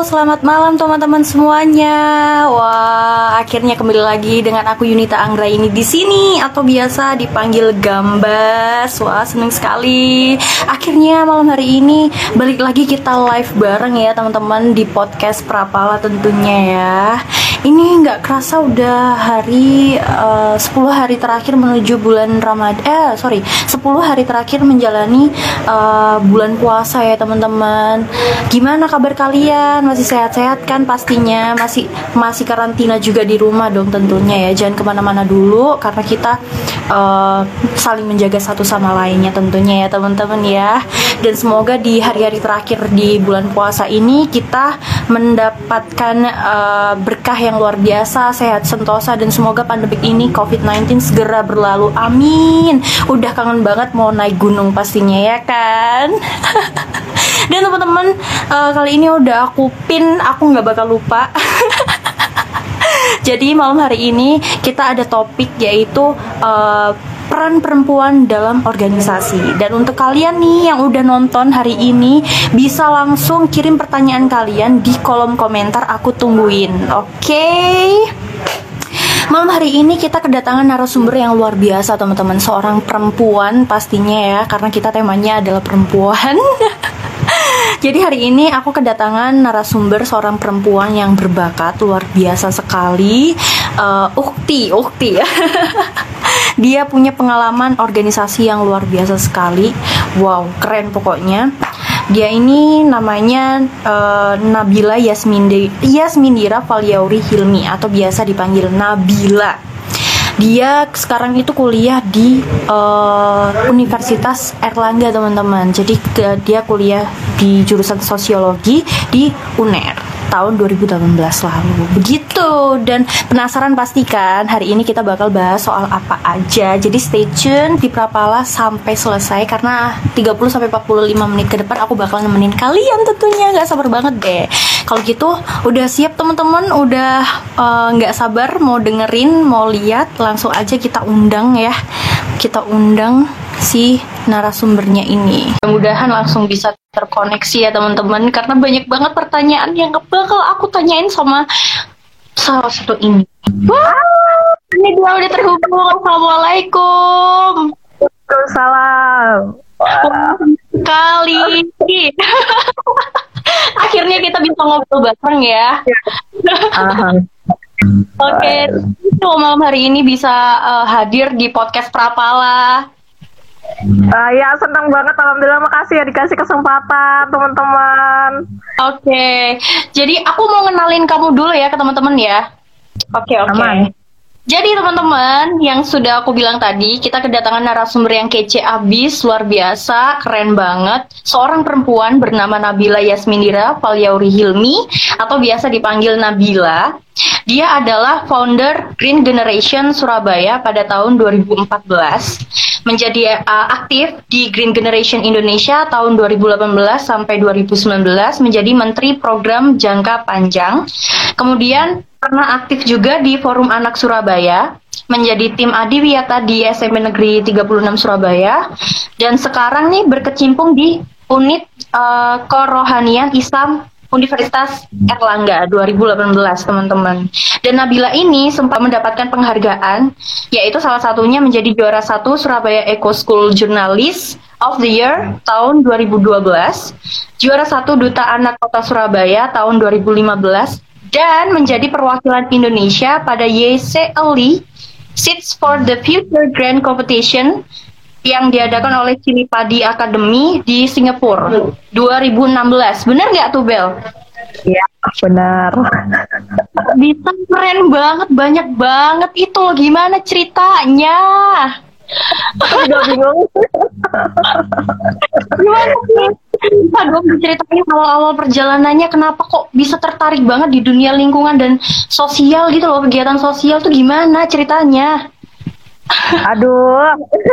selamat malam teman-teman semuanya. Wah, akhirnya kembali lagi dengan aku Yunita Anggra ini di sini atau biasa dipanggil Gambas. Wah, seneng sekali. Akhirnya malam hari ini balik lagi kita live bareng ya teman-teman di podcast Prapala tentunya ya. Ini nggak kerasa udah hari 10 hari terakhir menuju bulan Ramadan. 10 hari terakhir menjalani bulan puasa ya teman-teman. Gimana kabar kalian? Masih sehat-sehat kan pastinya? Masih karantina juga di rumah dong tentunya ya. Jangan kemana-mana dulu karena kita saling menjaga satu sama lainnya tentunya ya teman-teman ya. Dan semoga di hari-hari terakhir di bulan puasa ini kita mendapatkan berkah yang luar biasa, sehat sentosa, dan semoga pandemi ini COVID-19 segera berlalu. Amin. Udah kangen banget mau naik gunung pastinya ya kan. Dan teman-teman, kali ini udah aku pin, aku nggak bakal lupa. Jadi malam hari ini kita ada topik yaitu peran perempuan dalam organisasi. Dan untuk kalian nih yang udah nonton hari ini, bisa langsung kirim pertanyaan kalian di kolom komentar, aku tungguin. Oke? Malam hari ini kita kedatangan narasumber yang luar biasa teman-teman. Seorang perempuan pastinya ya, karena kita temanya adalah perempuan. Jadi hari ini aku kedatangan narasumber seorang perempuan yang berbakat luar biasa sekali, Ukti ya. Dia punya pengalaman organisasi yang luar biasa sekali. Wow, keren pokoknya. Dia ini namanya Nabila Yasmindira Valyauri Hilmi atau biasa dipanggil Nabila. Dia sekarang itu kuliah di Universitas Airlangga teman-teman. Jadi dia kuliah di jurusan sosiologi di UNER tahun 2018 lalu. Begitu. Dan penasaran pasti kan hari ini kita bakal bahas soal apa aja. Jadi stay tune di Prapala sampai selesai karena 30-45 menit ke depan aku bakal nemenin kalian tentunya. Gak sabar banget deh. Kalau gitu udah siap teman-teman, udah gak sabar mau dengerin, mau lihat, langsung aja kita undang ya. Kita undang si narasumbernya ini. Mudah-mudahan langsung bisa terkoneksi ya teman-teman, karena banyak banget pertanyaan yang bakal aku tanyain sama salah satu ini. Wah, ini dia udah terhubung. Assalamualaikum. Waalaikumsalam. Sekali. Akhirnya kita bisa ngobrol bareng ya. Oke, malam hari ini bisa hadir di podcast Prapala. Ya senang banget, alhamdulillah, makasih ya dikasih kesempatan teman-teman. Oke, jadi aku mau ngenalin kamu dulu ya ke teman-teman ya. Oke. Aman. Jadi teman-teman, yang sudah aku bilang tadi, kita kedatangan narasumber yang kece abis, luar biasa, keren banget. Seorang perempuan bernama Nabila Yasmindira Valyauri Hilmi, atau biasa dipanggil Nabila. Dia adalah founder Green Generation Surabaya pada tahun 2014. Menjadi aktif di Green Generation Indonesia tahun 2018 sampai 2019, menjadi Menteri Program Jangka Panjang. Kemudian pernah aktif juga di Forum Anak Surabaya, menjadi tim Adiwiyata di SMP Negeri 36 Surabaya, dan sekarang nih berkecimpung di unit Kerohanian Islam Universitas Airlangga 2018 teman-teman. Dan Nabila ini sempat mendapatkan penghargaan, yaitu salah satunya menjadi juara 1 Surabaya Eco School Journalist of the Year tahun 2012, juara 1 Duta Anak Kota Surabaya tahun 2015, dan menjadi perwakilan Indonesia pada YCLI Seeds for the Future Grand Competition yang diadakan oleh Cili Padi Academy di Singapura 2016. Bener nggak tuh Bel? Iya benar. Bisa, keren banget, banyak banget itu. Gimana ceritanya? Udah bingung. Gimana sih? Aduh, ceritanya awal-awal perjalanannya kenapa kok bisa tertarik banget di dunia lingkungan dan sosial gitu loh, kegiatan sosial tuh gimana ceritanya? Aduh.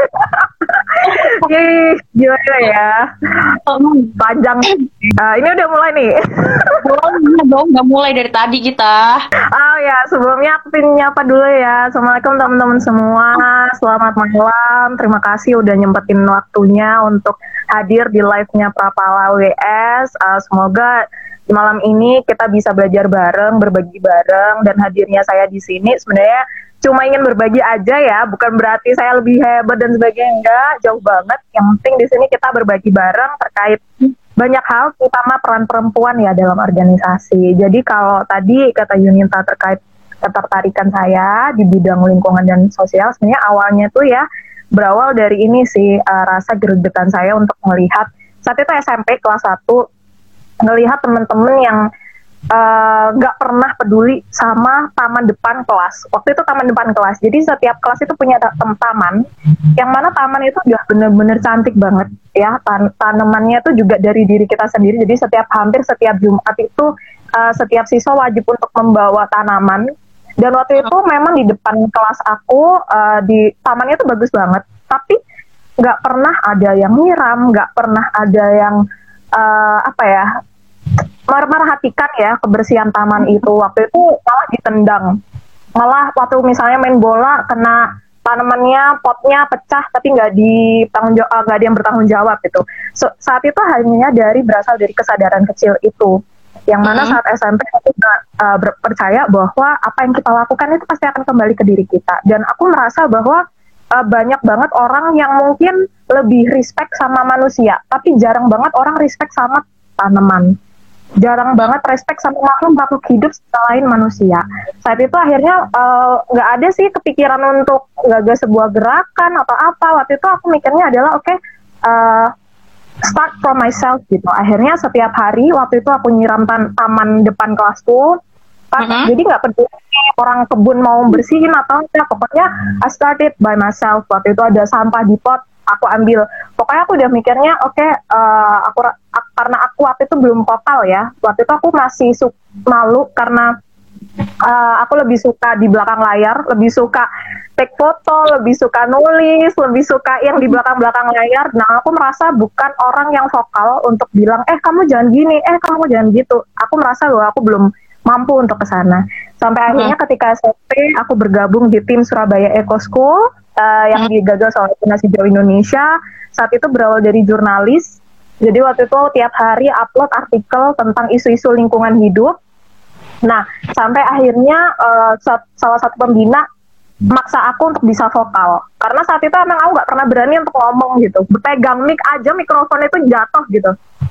Gimana ya? Panjang. Ini udah mulai nih. Belum, nggak mulai dari tadi kita. Oh ya, sebelumnya aku pengen nyapa dulu ya. Assalamualaikum teman-teman semua. Selamat malam. Terima kasih udah nyempetin waktunya untuk hadir di live-nya Prapala WS. Semoga malam ini kita bisa belajar bareng, berbagi bareng, dan hadirnya saya di sini sebenarnya cuma ingin berbagi aja ya, bukan berarti saya lebih hebat dan sebagainya, enggak, jauh banget. Yang penting di sini kita berbagi bareng terkait banyak hal, terutama peran perempuan ya dalam organisasi. Jadi kalau tadi kata Yunita terkait ketertarikan saya di bidang lingkungan dan sosial, sebenarnya awalnya tuh ya berawal dari ini sih, rasa gregetan saya untuk melihat saat itu SMP kelas 1, ngelihat teman-teman yang nggak pernah peduli sama taman depan kelas. Waktu itu taman depan kelas, jadi setiap kelas itu punya taman, yang mana taman itu udah bener-bener cantik banget ya, tanamannya itu juga dari diri kita sendiri. Jadi hampir setiap Jumat itu setiap siswa wajib untuk membawa tanaman. Dan waktu itu memang di depan kelas aku, di tamannya itu bagus banget, tapi nggak pernah ada yang nyiram, nggak pernah ada yang merhatikan ya kebersihan taman itu. Waktu itu malah ditendang, malah waktu misalnya main bola kena tanamannya, potnya pecah, tapi nggak ada yang bertanggung jawab gitu. Saat itu hanya berasal dari kesadaran kecil itu, yang mana saat SMP aku percaya bahwa apa yang kita lakukan itu pasti akan kembali ke diri kita. Dan aku merasa bahwa banyak banget orang yang mungkin lebih respect sama manusia, tapi jarang banget orang respect sama tanaman. Jarang banget respect sama makhluk hidup selain manusia. Saat itu akhirnya nggak ada sih kepikiran untuk gagas sebuah gerakan atau apa. Waktu itu aku mikirnya adalah start from myself gitu. Akhirnya setiap hari waktu itu aku nyiram taman depan kelasku. Jadi nggak peduli orang kebun mau bersihin atau enggak, pokoknya I started by myself. Waktu itu ada sampah di pot, aku ambil. Pokoknya aku udah mikirnya karena aku waktu itu belum vokal ya. Waktu itu aku masih malu karena aku lebih suka di belakang layar, lebih suka take foto, lebih suka nulis, lebih suka yang di belakang layar. Nah, aku merasa bukan orang yang vokal untuk bilang, kamu jangan gini, kamu jangan gitu. Aku merasa bahwa aku belum mampu untuk ke sana. Sampai akhirnya ketika SMP, aku bergabung di tim Surabaya Eco School yang digagas oleh Dinas Hijau Indonesia. Saat itu berawal dari jurnalis. Jadi waktu itu tiap hari upload artikel tentang isu-isu lingkungan hidup. Nah, sampai akhirnya salah satu pembina maksa aku untuk bisa vokal. Karena saat itu emang aku nggak pernah berani untuk ngomong gitu. Pegang mic aja, mikrofon itu jatuh gitu.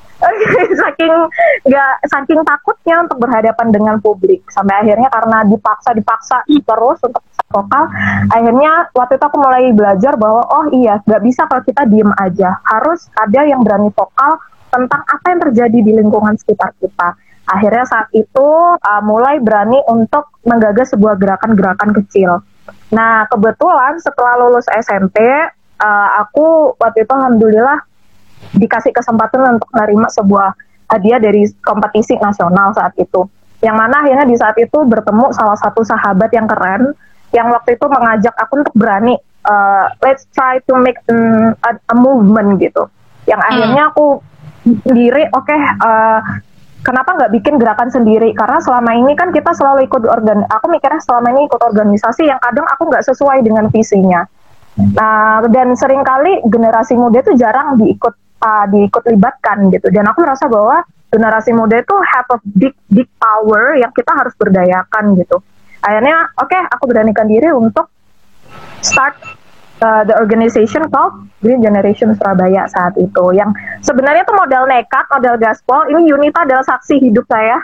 saking takutnya untuk berhadapan dengan publik. Sampai akhirnya karena dipaksa terus untuk vokal, akhirnya waktu itu aku mulai belajar bahwa nggak bisa kalau kita diem aja, harus ada yang berani vokal tentang apa yang terjadi di lingkungan sekitar kita. Akhirnya saat itu mulai berani untuk menggagas sebuah gerakan-gerakan kecil. Nah, kebetulan setelah lulus SMP, aku waktu itu alhamdulillah dikasih kesempatan untuk menerima sebuah hadiah dari kompetisi nasional saat itu. Yang mana akhirnya di saat itu bertemu salah satu sahabat yang keren, yang waktu itu mengajak aku untuk berani, let's try to make a movement gitu. Yang akhirnya aku sendiri, kenapa nggak bikin gerakan sendiri? Karena selama ini kan kita selalu ikut aku mikirnya selama ini ikut organisasi yang kadang aku nggak sesuai dengan visinya. Nah, dan seringkali generasi muda itu jarang diikut libatkan gitu. Dan aku merasa bahwa generasi muda itu have a big power yang kita harus berdayakan gitu. Akhirnya aku beranikan diri untuk start the organization called Green Generation Surabaya saat itu. Yang sebenarnya itu modal nekat, modal gaspol. Ini Yunita adalah saksi hidup saya.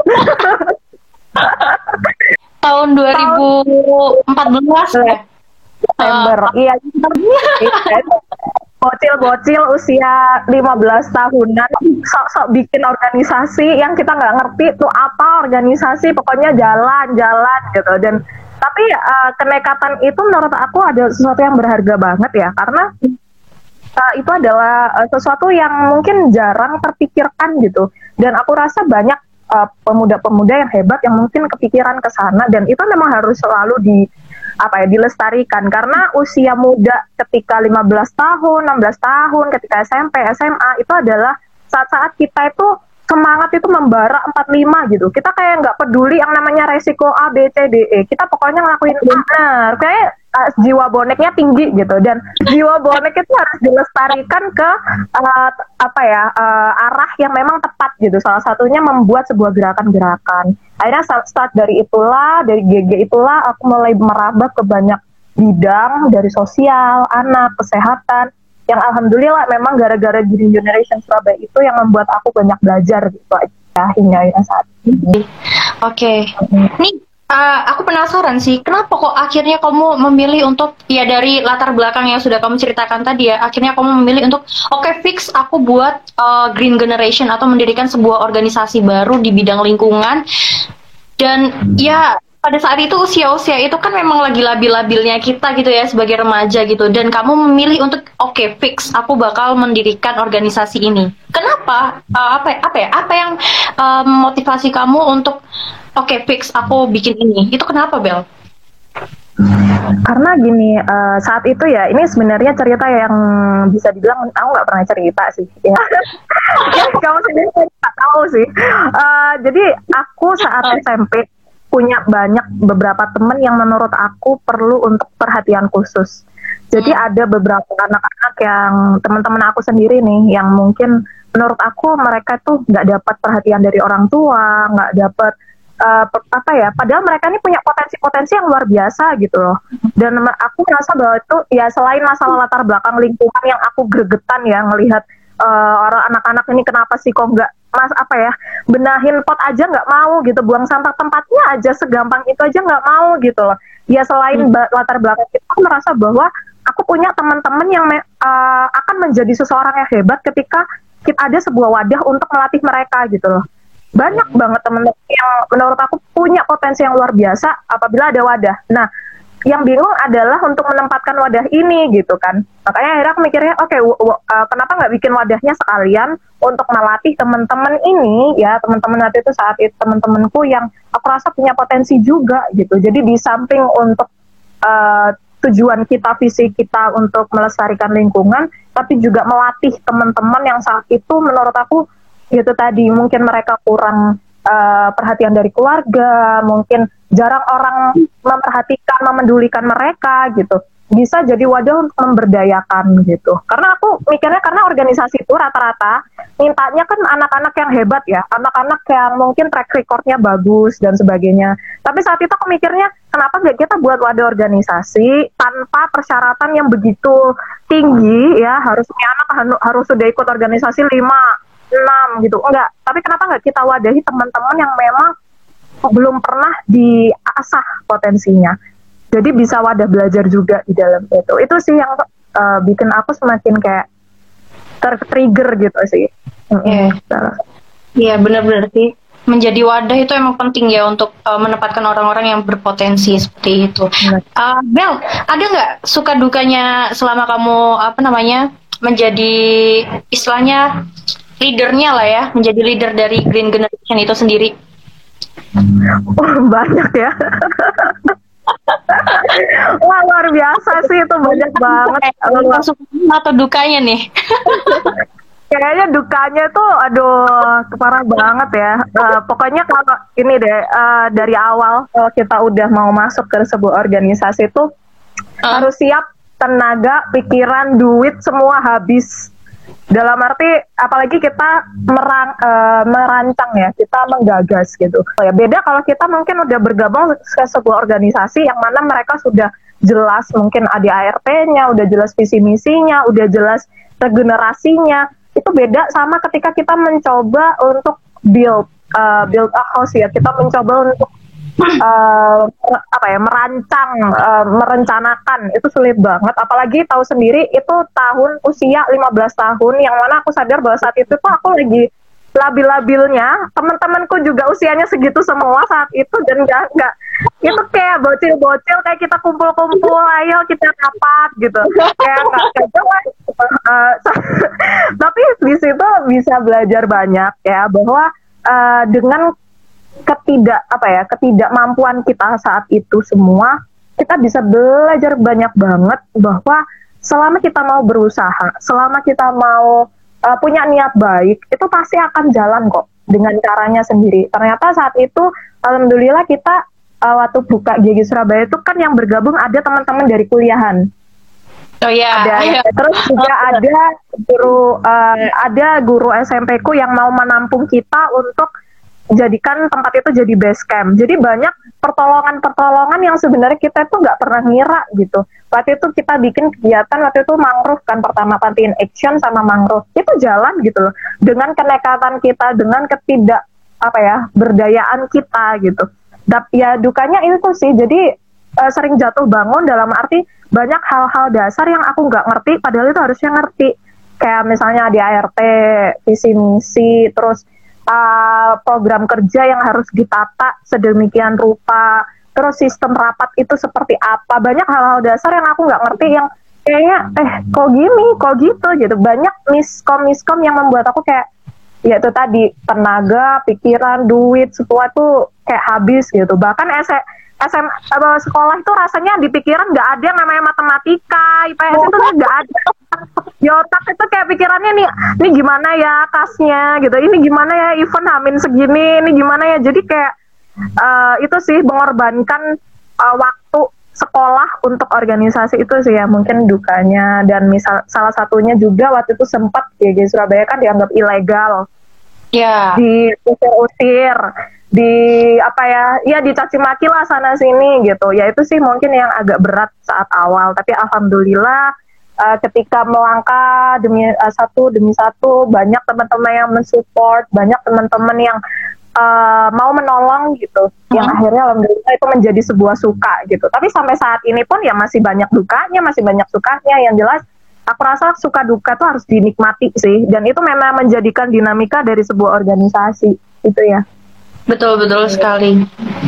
Tahun 2014 ya? September. Iya. Bocil-bocil usia 15 tahunan sok-sok bikin organisasi yang kita nggak ngerti tuh apa organisasi, pokoknya jalan-jalan gitu. Dan tapi kenekatan itu menurut aku ada sesuatu yang berharga banget ya, karena itu adalah sesuatu yang mungkin jarang terpikirkan gitu. Dan aku rasa banyak pemuda-pemuda yang hebat yang mungkin kepikiran ke sana, dan itu memang harus selalu dilestarikan, karena usia muda ketika 15 tahun, 16 tahun, ketika SMP, SMA itu adalah saat-saat kita itu semangat itu membara 45 gitu. Kita kayak nggak peduli yang namanya resiko A, B, C, D, E. Kita pokoknya ngelakuin benar. Kayak jiwa boneknya tinggi gitu. Dan jiwa bonek itu harus dilestarikan ke arah yang memang tepat gitu. Salah satunya membuat sebuah gerakan-gerakan. Akhirnya start dari itulah, dari GG itulah aku mulai merambah ke banyak bidang, dari sosial, anak, kesehatan, yang alhamdulillah memang gara-gara Green Generation Surabaya itu yang membuat aku banyak belajar gitu aja hingga saat ini. Oke. Nih, aku penasaran sih, kenapa kok akhirnya kamu memilih untuk, ya dari latar belakang yang sudah kamu ceritakan tadi ya, akhirnya kamu memilih untuk, oke, fix aku buat Green Generation atau mendirikan sebuah organisasi baru di bidang lingkungan. Dan ya pada saat itu usia-usia itu kan memang lagi labil-labilnya kita gitu ya sebagai remaja gitu, dan kamu memilih untuk oke, fix aku bakal mendirikan organisasi ini. Kenapa? Apa yang motivasi kamu untuk oke, fix aku bikin ini? Itu kenapa, Bel? Karena gini, saat itu ya, ini sebenarnya cerita yang bisa dibilang aku nggak pernah cerita sih. Ya. Kamu sendiri nggak tahu sih. Jadi aku saat SMP punya beberapa teman yang menurut aku perlu untuk perhatian khusus. Jadi ada beberapa anak-anak yang teman-teman aku sendiri nih, yang mungkin menurut aku mereka tuh nggak dapat perhatian dari orang tua, nggak dapat padahal mereka ini punya potensi-potensi yang luar biasa gitu loh. Dan aku merasa bahwa itu ya selain masalah latar belakang lingkungan yang aku gregetan ya ngelihat orang anak-anak ini kenapa sih kok nggak benahin pot aja nggak mau gitu, buang sampah tempatnya aja segampang itu aja nggak mau gitu loh. Ya selain latar belakang itu, aku merasa bahwa aku punya teman-teman yang akan menjadi seseorang yang hebat ketika kita ada sebuah wadah untuk melatih mereka gitu loh. Banyak banget teman-teman yang menurut aku punya potensi yang luar biasa apabila ada wadah. Nah, yang bingung adalah untuk menempatkan wadah ini gitu kan. Makanya akhirnya aku mikirnya kenapa nggak bikin wadahnya sekalian untuk melatih teman-teman ini ya, teman-teman waktu itu saat itu teman-temanku yang aku rasa punya potensi juga gitu. Jadi di samping untuk tujuan kita, visi kita untuk melestarikan lingkungan, tapi juga melatih teman-teman yang saat itu menurut aku itu tadi mungkin mereka kurang perhatian dari keluarga, mungkin jarang orang memperhatikan, memedulikan mereka gitu. Bisa jadi wadah untuk memberdayakan gitu. Karena aku mikirnya karena organisasi itu rata-rata mintanya kan anak-anak yang hebat ya, anak-anak yang mungkin track recordnya bagus dan sebagainya. Tapi saat itu aku mikirnya kenapa nggak kita buat wadah organisasi tanpa persyaratan yang begitu tinggi ya, harus punya anak harus sudah ikut organisasi 5-6 gitu, enggak. Tapi kenapa nggak kita wadahi teman-teman yang memang belum pernah diasah potensinya, jadi bisa wadah belajar juga di dalam itu. Itu sih yang bikin aku semakin kayak ter-trigger gitu sih. Iya, benar-benar sih. Menjadi wadah itu emang penting ya untuk menempatkan orang-orang yang berpotensi seperti itu. Bel, ada nggak suka dukanya selama kamu menjadi istilahnya leadernya lah ya, menjadi leader dari Green Generation itu sendiri? Banyak ya. Wah, luar biasa sih, itu banyak banget. Atau dukanya nih? Kayaknya dukanya tuh parah banget ya. Pokoknya kalau ini deh, dari awal kalau kita udah mau masuk ke sebuah organisasi tuh harus siap tenaga, pikiran, duit semua habis. Dalam arti apalagi kita merancang ya, kita menggagas gitu. Ya beda kalau kita mungkin udah bergabung ke sebuah organisasi yang mana mereka sudah jelas mungkin ADART-nya, udah jelas visi misinya, udah jelas regenerasinya. Itu beda sama ketika kita mencoba untuk build a house ya. Kita mencoba untuk merancang, merencanakan, itu sulit banget. Apalagi tahu sendiri itu usia 15 tahun yang mana aku sadar bahwa saat itu tuh aku lagi labil-labilnya, teman-temanku juga usianya segitu semua saat itu, dan enggak itu kayak bocil-bocil kayak kita kumpul-kumpul, ayo kita rapat gitu, kayak enggak jelas. Tapi di situ bisa belajar banyak ya, bahwa dengan ketidakmampuan kita saat itu semua, kita bisa belajar banyak banget bahwa selama kita mau berusaha, selama kita mau punya niat baik, itu pasti akan jalan kok dengan caranya sendiri. Ternyata saat itu, alhamdulillah kita waktu buka GG Surabaya itu kan yang bergabung ada teman-teman dari kuliahan. Oh ya. Terus juga ada guru SMP ku yang mau menampung kita untuk jadikan tempat itu jadi base camp. Jadi banyak pertolongan yang sebenarnya kita itu nggak pernah ngira gitu. Waktu itu kita bikin kegiatan, waktu itu mangrove kan, pertama Panti in Action sama mangrove. Itu jalan gitu loh. Dengan kenekatan kita, dengan berdayaan kita gitu. Ya dukanya itu sih, jadi sering jatuh bangun dalam arti banyak hal-hal dasar yang aku nggak ngerti, padahal itu harusnya ngerti. Kayak misalnya di ART, visi misi, terus program kerja yang harus ditata sedemikian rupa, terus sistem rapat itu seperti apa. Banyak hal-hal dasar yang aku nggak ngerti, yang kayaknya kok gini, kok gitu. Banyak miskom yang membuat aku kayak, ya itu tadi, tenaga, pikiran, duit, semua tuh kayak habis gitu. Bahkan sekolah itu rasanya di pikiran nggak ada yang namanya matematika, IPS itu nggak ada. Di otak itu kayak pikirannya nih gimana ya kasnya gitu, ini gimana ya event hamin segini, ini gimana ya. Jadi kayak itu sih mengorbankan waktu sekolah untuk organisasi itu sih ya mungkin dukanya. Dan salah satunya juga waktu itu sempat GG Surabaya kan dianggap ilegal, diusir-usir, dicaci maki lah sana sini gitu. Ya itu sih mungkin yang agak berat saat awal, tapi alhamdulillah ketika melangkah satu demi satu, banyak teman-teman yang mensupport, banyak teman-teman yang mau menolong gitu, yang akhirnya alhamdulillah itu menjadi sebuah suka gitu. Tapi sampai saat ini pun ya masih banyak dukanya, masih banyak sukanya. Yang jelas aku rasa suka duka tuh harus dinikmati sih, dan itu memang menjadikan dinamika dari sebuah organisasi itu ya. Betul sekali.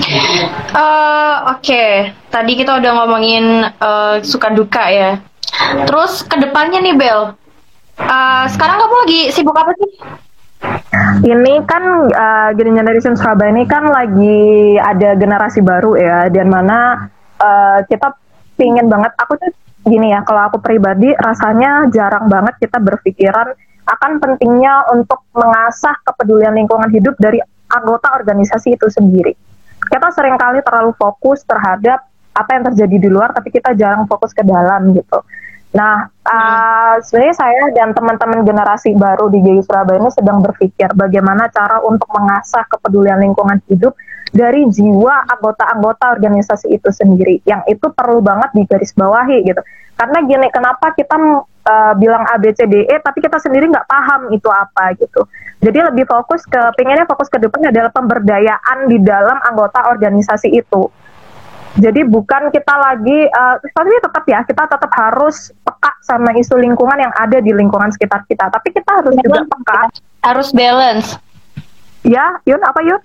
Oke. Tadi kita udah ngomongin suka duka ya. Terus kedepannya nih Bel, sekarang kamu lagi sibuk apa sih? Ini kan Green Generation Surabaya ini kan lagi ada generasi baru ya, dan mana kita pingin banget, aku tuh gini ya, kalau aku pribadi rasanya jarang banget kita berpikiran akan pentingnya untuk mengasah kepedulian lingkungan hidup dari anggota organisasi itu sendiri. Kita seringkali terlalu fokus terhadap apa yang terjadi di luar, tapi kita jarang fokus ke dalam gitu. Nah, sebenarnya saya dan teman-teman generasi baru di GG Surabaya ini sedang berpikir bagaimana cara untuk mengasah kepedulian lingkungan hidup dari jiwa anggota-anggota organisasi itu sendiri, yang itu perlu banget digarisbawahi gitu. Karena gini, kenapa kita bilang ABCDE tapi kita sendiri nggak paham itu apa gitu. Jadi lebih pengennya fokus ke depan adalah pemberdayaan di dalam anggota organisasi itu. Jadi bukan kita lagi, tapi kita tetap harus peka sama isu lingkungan yang ada di lingkungan sekitar kita. Tapi kita harus juga peka. Harus balance. Ya, Yun, apa Yun?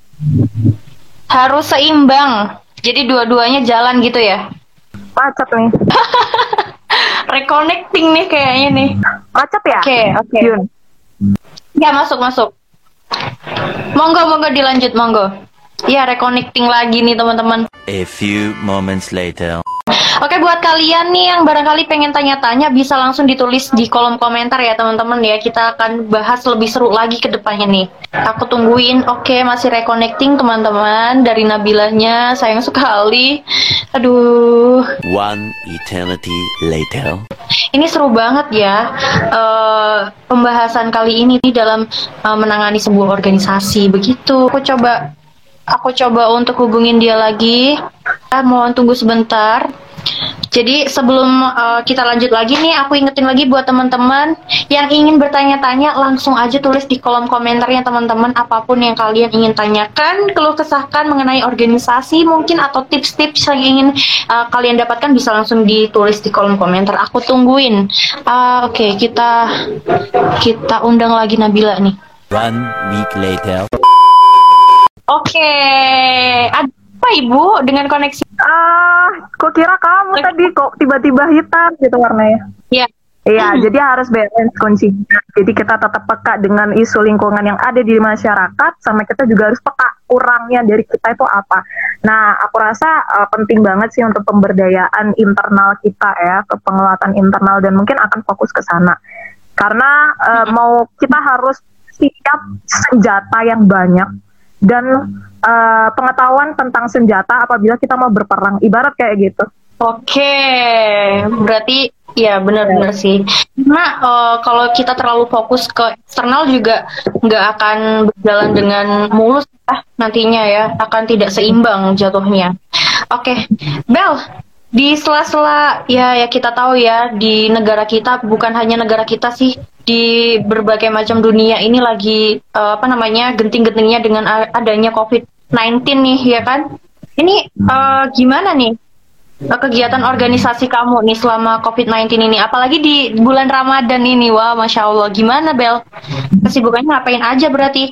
Harus seimbang. Jadi dua-duanya jalan gitu ya? Macet nih. Reconnecting nih kayaknya nih. Macet ya? Oke. Yun. Ya, masuk. Monggo dilanjut, monggo. Ya, reconnecting lagi nih teman-teman. A few moments later. Oke, buat kalian nih yang barangkali pengen tanya-tanya, bisa langsung ditulis di kolom komentar ya teman-teman ya. Kita akan bahas lebih seru lagi ke depannya nih. Aku tungguin. Oke, masih reconnecting teman-teman. Dari Nabilahnya, sayang sekali. Aduh. One eternity later. Ini seru banget ya, pembahasan kali ini dalam menangani sebuah organisasi. Begitu. Aku coba untuk hubungin dia lagi. Mohon tunggu sebentar. Jadi sebelum kita lanjut lagi nih, aku ingetin lagi buat teman-teman yang ingin bertanya-tanya, langsung aja tulis di kolom komentarnya teman-teman, apapun yang kalian ingin tanyakan, keluh kesahkan mengenai organisasi mungkin, atau tips-tips yang ingin kalian dapatkan, bisa langsung ditulis di kolom komentar. Aku tungguin. Oke, kita undang lagi Nabila nih. 1 week later. Oke, apa Ibu dengan koneksi? Kok kira kamu tadi kok tiba-tiba hitam gitu warnanya? Iya. Iya, jadi harus balance kuncinya. Jadi kita tetap peka dengan isu lingkungan yang ada di masyarakat, sama kita juga harus peka kurangnya dari kita itu apa. Nah, aku rasa penting banget sih untuk pemberdayaan internal kita ya, ke penguatan internal, dan mungkin akan fokus ke sana. Karena mau kita harus siap senjata yang banyak dan pengetahuan tentang senjata apabila kita mau berperang, ibarat kayak gitu. Oke, berarti ya benar-benar sih. Karena kalau kita terlalu fokus ke eksternal juga nggak akan berjalan dengan mulus nantinya ya, akan tidak seimbang jatuhnya. Oke, Bel, di sela-sela ya kita tahu ya di negara kita, bukan hanya negara kita sih, di berbagai macam dunia ini lagi genting-gentingnya dengan adanya COVID-19 nih ya kan. Ini gimana nih kegiatan organisasi kamu nih selama COVID-19 ini, apalagi di bulan Ramadan ini? Wah, Masya Allah, gimana Bel? Kesibukannya ngapain aja berarti?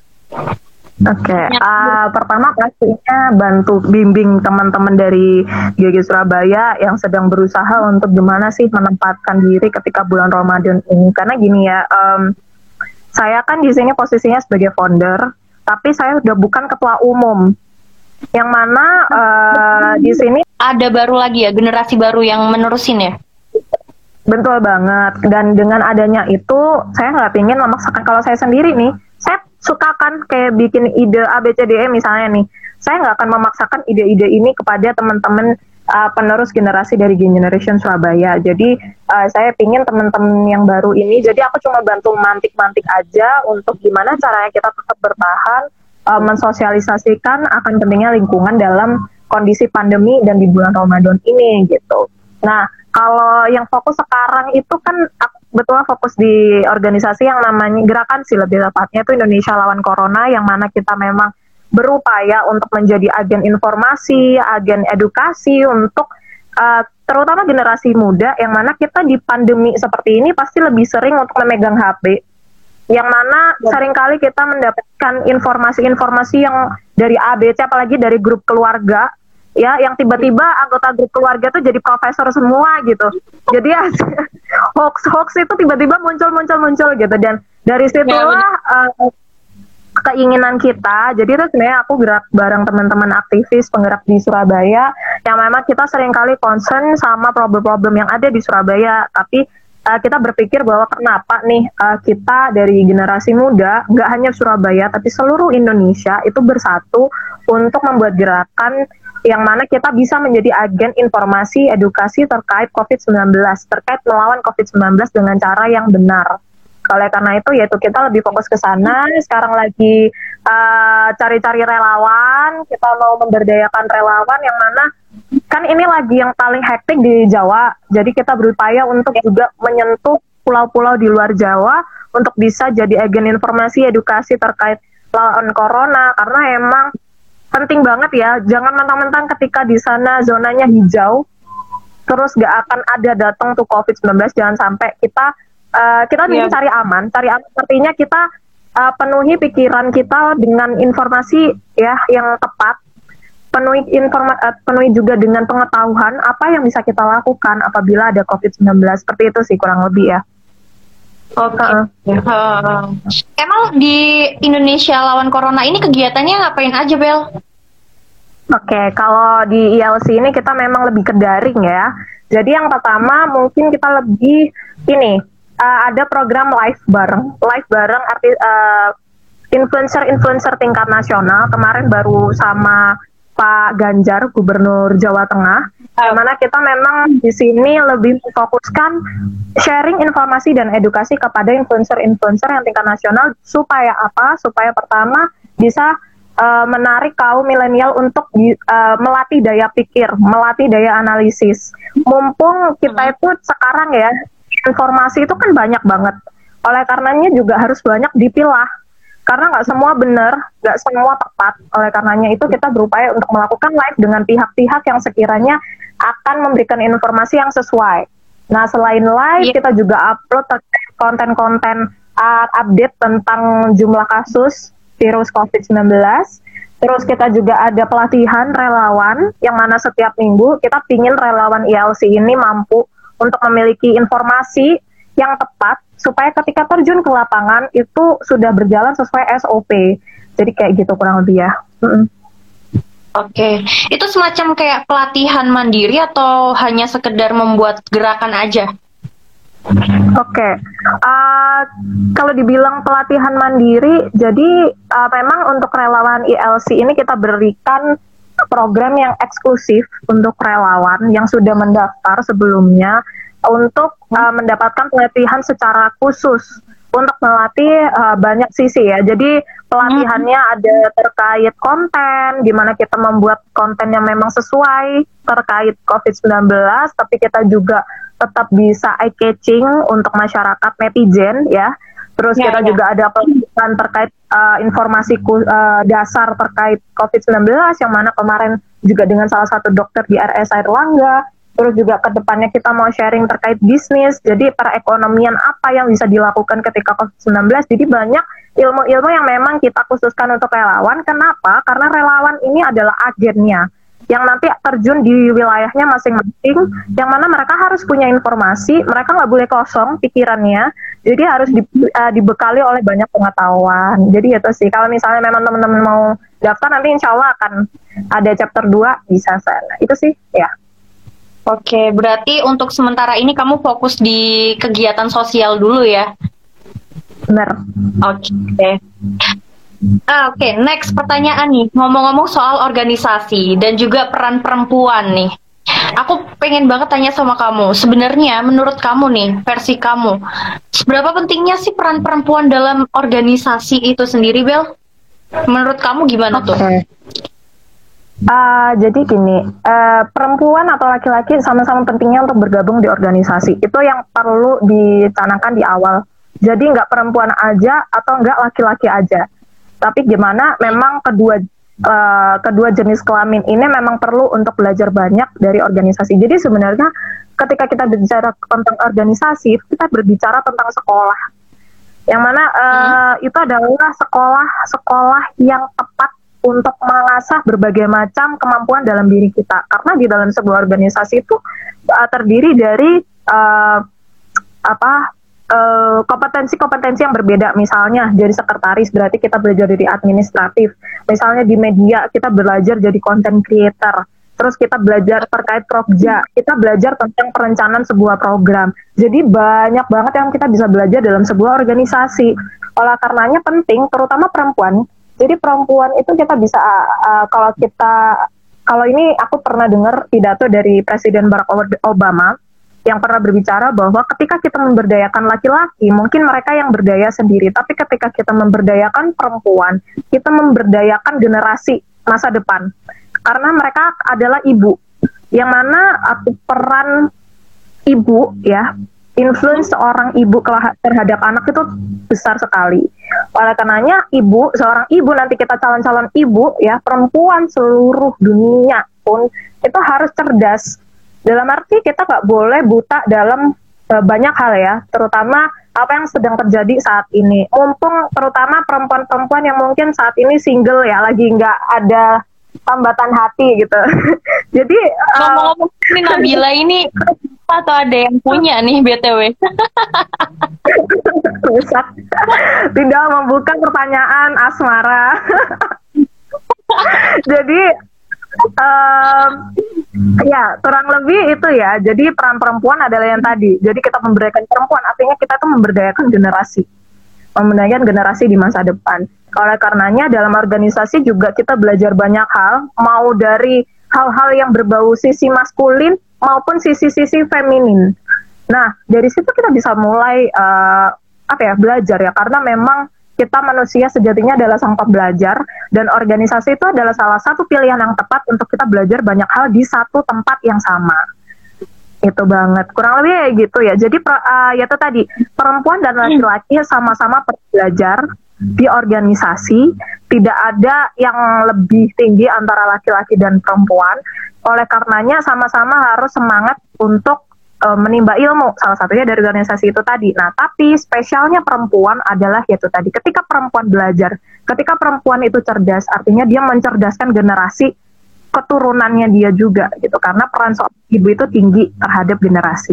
Oke, pertama pastinya bantu bimbing teman-teman dari GG Surabaya yang sedang berusaha untuk gimana sih menempatkan diri ketika bulan Ramadan ini. Karena gini ya, saya kan di sini posisinya sebagai founder, tapi saya udah bukan ketua umum. Yang mana di sini ada baru lagi ya, generasi baru yang menerusin ya? Betul banget. Dan dengan adanya itu, saya nggak ingin memaksakan. Kalau saya sendiri nih, saya suka kan kayak bikin ide ABCDE misalnya nih. Saya nggak akan memaksakan ide-ide ini kepada teman-teman penerus generasi dari Generation Surabaya. Jadi saya pingin teman-teman yang baru ini, jadi aku cuma bantu mantik-mantik aja untuk gimana caranya kita tetap bertahan, mensosialisasikan akan pentingnya lingkungan dalam kondisi pandemi dan di bulan Ramadan ini gitu. Nah, kalau yang fokus sekarang itu kan betul fokus di organisasi yang namanya gerakan sih, lebih tepatnya itu Indonesia Lawan Corona, yang mana kita memang berupaya untuk menjadi agen informasi, agen edukasi untuk terutama generasi muda, yang mana kita di pandemi seperti ini pasti lebih sering untuk memegang HP, yang mana seringkali kita mendapatkan informasi-informasi yang dari ABC, apalagi dari grup keluarga, ya, yang tiba-tiba anggota grup keluarga tuh jadi profesor semua gitu. Jadi ya, hoax itu tiba-tiba muncul gitu, dan dari situlah keinginan kita. Jadi itu sebenarnya aku gerak bareng teman-teman aktivis penggerak di Surabaya yang memang kita seringkali concern sama problem-problem yang ada di Surabaya, tapi kita berpikir bahwa kenapa nih kita dari generasi muda, nggak hanya Surabaya tapi seluruh Indonesia itu bersatu untuk membuat gerakan yang mana kita bisa menjadi agen informasi edukasi terkait COVID-19, terkait melawan COVID-19 dengan cara yang benar. Oleh karena itu, yaitu kita lebih fokus ke sana. Sekarang lagi cari-cari relawan, kita mau memberdayakan relawan yang mana kan ini lagi yang paling hektik di Jawa. Jadi kita berupaya untuk juga menyentuh pulau-pulau di luar Jawa untuk bisa jadi agen informasi edukasi terkait lawan corona, karena emang penting banget ya, jangan mentang-mentang ketika di sana zonanya hijau, terus gak akan ada datang tuh COVID-19, jangan sampai kita bisa cari aman artinya kita penuhi pikiran kita dengan informasi ya yang tepat, penuhi juga dengan pengetahuan apa yang bisa kita lakukan apabila ada COVID-19, seperti itu sih kurang lebih ya. Oke. Emang di Indonesia Lawan Corona ini kegiatannya ngapain aja, Bel? Oke, kalau di ILC ini kita memang lebih ke daring ya. Jadi yang pertama mungkin kita lebih ada program live bareng influencer tingkat nasional. Kemarin baru sama Pak Ganjar, Gubernur Jawa Tengah, mana kita memang di sini lebih memfokuskan sharing informasi dan edukasi kepada influencer-influencer yang tingkat nasional, supaya apa? Supaya pertama bisa menarik kaum milenial untuk melatih daya pikir, melatih daya analisis. Mumpung kita itu sekarang ya, informasi itu kan banyak banget. Oleh karenanya juga harus banyak dipilah. Karena nggak semua benar, nggak semua tepat. Oleh karenanya itu kita berupaya untuk melakukan live dengan pihak-pihak yang sekiranya akan memberikan informasi yang sesuai. Nah, selain live, kita juga upload konten-konten update tentang jumlah kasus virus COVID-19. Terus kita juga ada pelatihan relawan, yang mana setiap minggu kita pingin relawan ILC ini mampu untuk memiliki informasi yang tepat, supaya ketika terjun ke lapangan itu sudah berjalan sesuai SOP. Jadi kayak gitu kurang lebih ya. Oke, itu semacam kayak pelatihan mandiri atau hanya sekedar membuat gerakan aja? Oke, kalau dibilang pelatihan mandiri, jadi memang untuk relawan ILC ini kita berikan program yang eksklusif untuk relawan yang sudah mendaftar sebelumnya untuk mendapatkan pelatihan secara khusus untuk melatih banyak sisi ya. Jadi pelatihannya ada terkait konten, gimana kita membuat konten yang memang sesuai terkait COVID-19, tapi kita juga tetap bisa eye-catching untuk masyarakat netizen ya. Terus kita juga ada pelatihan terkait informasi dasar terkait COVID-19 yang mana kemarin juga dengan salah satu dokter di RS Airlangga. Terus juga ke depannya kita mau sharing terkait bisnis, jadi perekonomian apa yang bisa dilakukan ketika COVID-19. Jadi banyak ilmu-ilmu yang memang kita khususkan untuk relawan. Kenapa? Karena relawan ini adalah agennya yang nanti terjun di wilayahnya masing-masing, yang mana mereka harus punya informasi, mereka nggak boleh kosong pikirannya, jadi harus dibekali oleh banyak pengetahuan. Jadi itu sih, kalau misalnya memang teman-teman mau daftar, nanti insya Allah akan ada chapter 2 bisa sana. Itu sih, ya. Oke, berarti untuk sementara ini kamu fokus di kegiatan sosial dulu ya? Benar. Oke. Oke, next pertanyaan nih. Ngomong-ngomong soal organisasi dan juga peran perempuan nih. Aku pengen banget tanya sama kamu. Sebenarnya menurut kamu nih, versi kamu, seberapa pentingnya sih peran perempuan dalam organisasi itu sendiri, Bel? Menurut kamu gimana tuh? Jadi gini, perempuan atau laki-laki sama-sama pentingnya untuk bergabung di organisasi. Itu yang perlu dicanangkan di awal. Jadi nggak perempuan aja atau nggak laki-laki aja. Tapi gimana memang kedua jenis kelamin ini memang perlu untuk belajar banyak dari organisasi. Jadi sebenarnya ketika kita berbicara tentang organisasi, kita berbicara tentang sekolah. Yang mana itu adalah sekolah yang tepat untuk mengasah berbagai macam kemampuan dalam diri kita. Karena di dalam sebuah organisasi itu terdiri dari kompetensi-kompetensi yang berbeda. Misalnya jadi sekretaris berarti kita belajar dari administratif. Misalnya di media kita belajar jadi content creator. Terus kita belajar terkait prokja, kita belajar tentang perencanaan sebuah program. Jadi banyak banget yang kita bisa belajar dalam sebuah organisasi. Oleh karenanya penting, terutama perempuan. Jadi perempuan itu kita bisa kalau ini aku pernah dengar pidato dari Presiden Barack Obama yang pernah berbicara bahwa ketika kita memberdayakan laki-laki, mungkin mereka yang berdaya sendiri, tapi ketika kita memberdayakan perempuan, kita memberdayakan generasi masa depan. Karena mereka adalah ibu, yang mana peran ibu ya, influence seorang ibu terhadap anak itu besar sekali. Oleh karenanya seorang ibu nanti kita calon-calon ibu ya, perempuan seluruh dunia pun itu harus cerdas. Dalam arti kita nggak boleh buta dalam banyak hal ya, terutama apa yang sedang terjadi saat ini. Mumpung terutama perempuan-perempuan yang mungkin saat ini single ya, lagi nggak ada tambatan hati gitu. Jadi ngomong-ngomong ini Nabila ini atau ada yang punya nih BTW? Rusak. Tidak membuka pertanyaan asmara. Jadi ya kurang lebih itu ya. Jadi peran perempuan adalah yang tadi. Jadi kita memberdayakan perempuan, artinya kita tuh memberdayakan generasi di masa depan. Oleh karenanya dalam organisasi juga kita belajar banyak hal, mau dari hal-hal yang berbau sisi maskulin maupun sisi-sisi feminin. Nah, dari situ kita bisa mulai belajar ya, karena memang kita manusia sejatinya adalah sang pembelajar, dan organisasi itu adalah salah satu pilihan yang tepat untuk kita belajar banyak hal di satu tempat yang sama. Itu banget, kurang lebih kayak gitu ya. Jadi itu tadi, perempuan dan laki-laki sama-sama belajar di organisasi, tidak ada yang lebih tinggi antara laki-laki dan perempuan. Oleh karenanya sama-sama harus semangat untuk menimba ilmu, salah satunya dari organisasi itu tadi. Nah, tapi spesialnya perempuan adalah yaitu tadi, ketika perempuan belajar, ketika perempuan itu cerdas, artinya dia mencerdaskan generasi keturunannya dia juga gitu, karena peran seorang ibu itu tinggi terhadap generasi.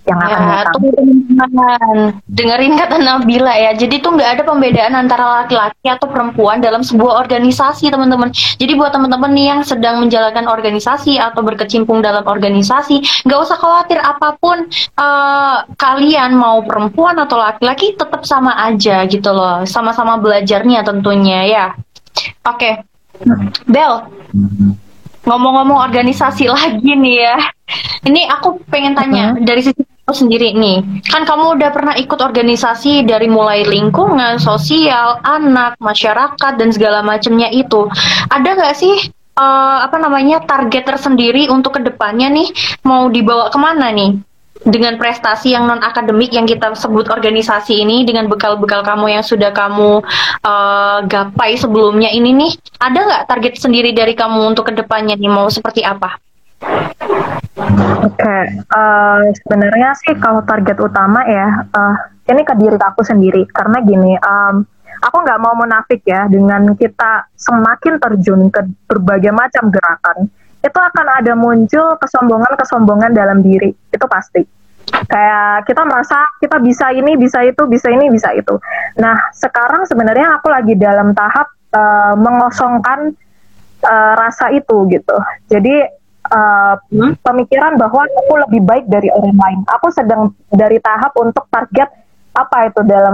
yang akan Ya, datang. tunggu teman-teman. Dengerin kata Nabila ya. Jadi tuh nggak ada pembedaan antara laki-laki atau perempuan dalam sebuah organisasi, teman-teman. Jadi buat teman-teman nih yang sedang menjalankan organisasi atau berkecimpung dalam organisasi, nggak usah khawatir apapun kalian mau perempuan atau laki-laki tetap sama aja gitu loh. Sama-sama belajarnya tentunya ya. Oke. Bel, ngomong-ngomong organisasi lagi nih ya. Ini aku pengen tanya dari sisi kamu sendiri nih. Kan kamu udah pernah ikut organisasi dari mulai lingkungan, sosial, anak, masyarakat dan segala macamnya itu. Ada nggak sih target tersendiri untuk kedepannya nih mau dibawa kemana nih? Dengan prestasi yang non akademik yang kita sebut organisasi ini, dengan bekal-bekal kamu yang sudah kamu gapai sebelumnya ini nih, ada nggak target sendiri dari kamu untuk kedepannya nih mau seperti apa? Oke, sebenarnya sih kalau target utama ya, ini ke diri aku sendiri. Karena gini, aku nggak mau munafik ya, dengan kita semakin terjun ke berbagai macam gerakan, itu akan ada muncul kesombongan-kesombongan dalam diri, itu pasti. Kayak kita merasa kita bisa ini, bisa itu, bisa ini, bisa itu. Nah, sekarang sebenarnya aku lagi dalam tahap mengosongkan rasa itu gitu. Jadi pemikiran bahwa aku lebih baik dari orang lain. Aku sedang dari tahap untuk target apa itu dalam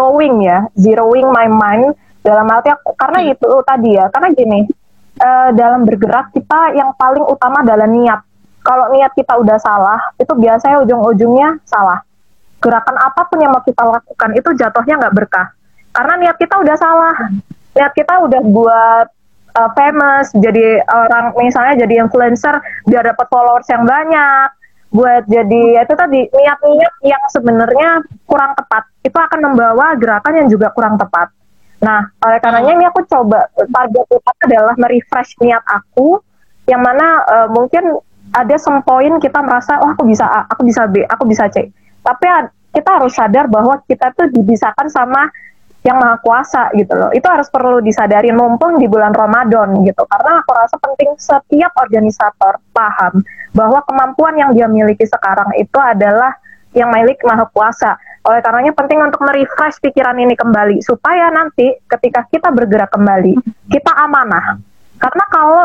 zeroing my mind dalam arti karena itu tadi ya, karena gini, dalam bergerak kita yang paling utama adalah niat. Kalau niat kita udah salah, itu biasanya ujung-ujungnya salah. Gerakan apapun yang mau kita lakukan itu jatuhnya nggak berkah. Karena niat kita udah salah. Niat kita udah buat famous, jadi orang misalnya jadi influencer biar dapat followers yang banyak, buat jadi itu tadi niat-niat yang sebenarnya kurang tepat, itu akan membawa gerakan yang juga kurang tepat. Nah, oleh karenanya ini aku coba target utama adalah merefresh niat aku, yang mana mungkin ada some point kita merasa aku bisa A, aku bisa B, aku bisa C, tapi kita harus sadar bahwa kita tuh dipisahkan sama yang maha kuasa gitu loh. Itu harus perlu disadari mumpung di bulan Ramadan gitu. Karena aku rasa penting setiap organisator paham bahwa kemampuan yang dia miliki sekarang itu adalah yang milik maha kuasa. Oleh karenanya penting untuk merefresh pikiran ini kembali supaya nanti ketika kita bergerak kembali, kita amanah. Karena kalau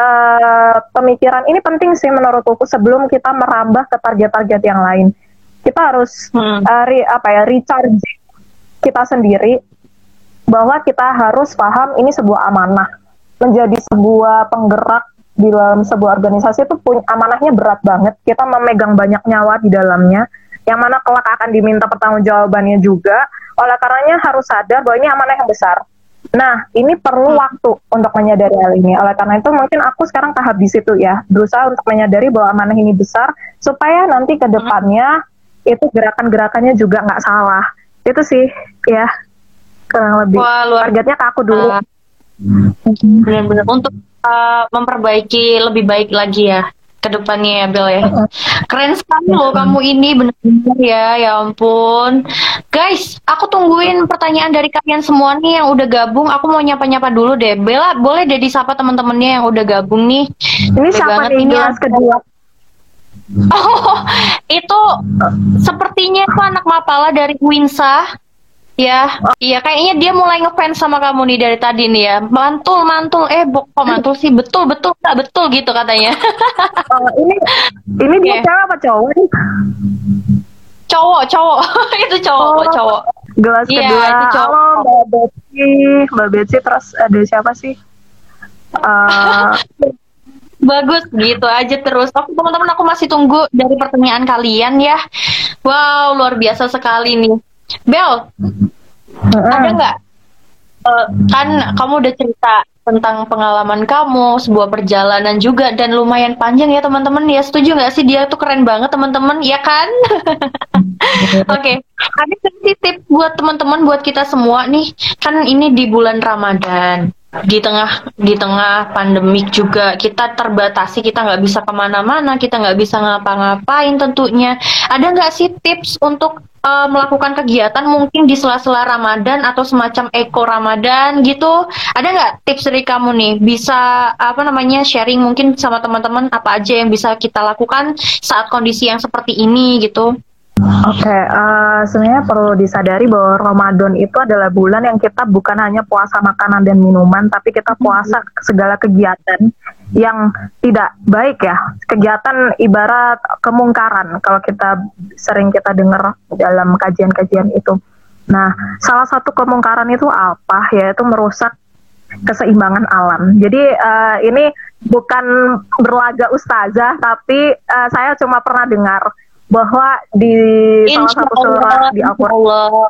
pemikiran ini penting sih menurutku sebelum kita merambah ke target-target yang lain. Kita harus recharge kita sendiri bahwa kita harus paham ini sebuah amanah. Menjadi sebuah penggerak di dalam sebuah organisasi itu amanahnya berat banget. Kita memegang banyak nyawa di dalamnya, yang mana kelak akan diminta pertanggungjawabannya juga. Oleh karenanya harus sadar bahwa ini amanah yang besar. Nah, ini perlu waktu untuk menyadari hal ini. Oleh karena itu mungkin aku sekarang tahap di situ ya, berusaha untuk menyadari bahwa amanah ini besar, supaya nanti ke depannya itu gerakan-gerakannya juga nggak salah. Itu sih ya kurang lebih. Wah, targetnya ke aku dulu. Benar-benar untuk memperbaiki lebih baik lagi ya ke depannya ya Bel ya. Keren sekali loh kamu ini, benar-benar ya ampun. Guys, aku tungguin pertanyaan dari kalian semua nih yang udah gabung. Aku mau nyapa-nyapa dulu deh. Bella, boleh deh disapa teman-temannya yang udah gabung nih. Ini siapa nih gelas kedua? Oh, itu sepertinya itu anak Mapala dari Winsa. Ya, iya kayaknya dia mulai ngefans sama kamu nih dari tadi nih ya. Mantul, kok mantul sih? Betul gitu katanya. Ini dia cewek apa cowok? Cowok. Itu cowok. Gelas kedua. Itu cowok. Halo, Mbak Betsy, terus ada siapa sih? Bagus, gitu aja terus. Oke teman-teman, aku masih tunggu dari pertanyaan kalian ya. Wow, luar biasa sekali nih. Bel, ada nggak? Kan kamu udah cerita tentang pengalaman kamu, sebuah perjalanan juga, dan lumayan panjang ya teman-teman. Ya setuju nggak sih, dia tuh keren banget teman-teman, ya kan? Oke, ada sih tips buat teman-teman, buat kita semua nih. Kan ini di bulan Ramadan, di tengah pandemik juga kita terbatasi, kita nggak bisa kemana-mana, kita nggak bisa ngapa-ngapain tentunya. Ada nggak sih tips untuk melakukan kegiatan mungkin di sela-sela Ramadan atau semacam eko Ramadan gitu? Ada nggak tips dari kamu nih? Bisa sharing mungkin sama teman-teman apa aja yang bisa kita lakukan saat kondisi yang seperti ini gitu? Oke, sebenarnya perlu disadari bahwa Ramadan itu adalah bulan yang kita bukan hanya puasa makanan dan minuman, tapi kita puasa segala kegiatan yang tidak baik ya. Kegiatan ibarat kemungkaran kalau kita dengar dalam kajian-kajian itu. Nah, salah satu kemungkaran itu apa? Yaitu merusak keseimbangan alam. Jadi ini bukan berlaga ustazah, tapi saya cuma pernah dengar bahwa di salah satu surah di Al-Quran.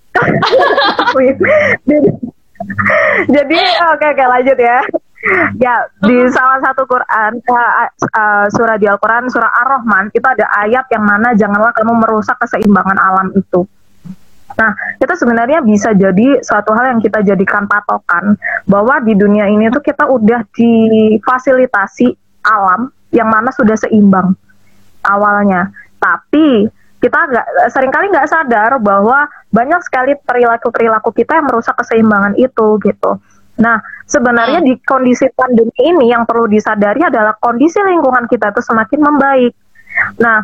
Jadi oke, lanjut ya. Ya, di salah satu Quran surah di Al-Quran, surah Ar-Rahman, itu ada ayat yang mana janganlah kamu merusak keseimbangan alam itu. Nah, itu sebenarnya bisa jadi suatu hal yang kita jadikan patokan bahwa di dunia ini tuh kita udah difasilitasi alam yang mana sudah seimbang awalnya. Tapi kita seringkali nggak sadar bahwa banyak sekali perilaku kita yang merusak keseimbangan itu gitu. Nah, sebenarnya di kondisi pandemi ini yang perlu disadari adalah kondisi lingkungan kita itu semakin membaik. Nah,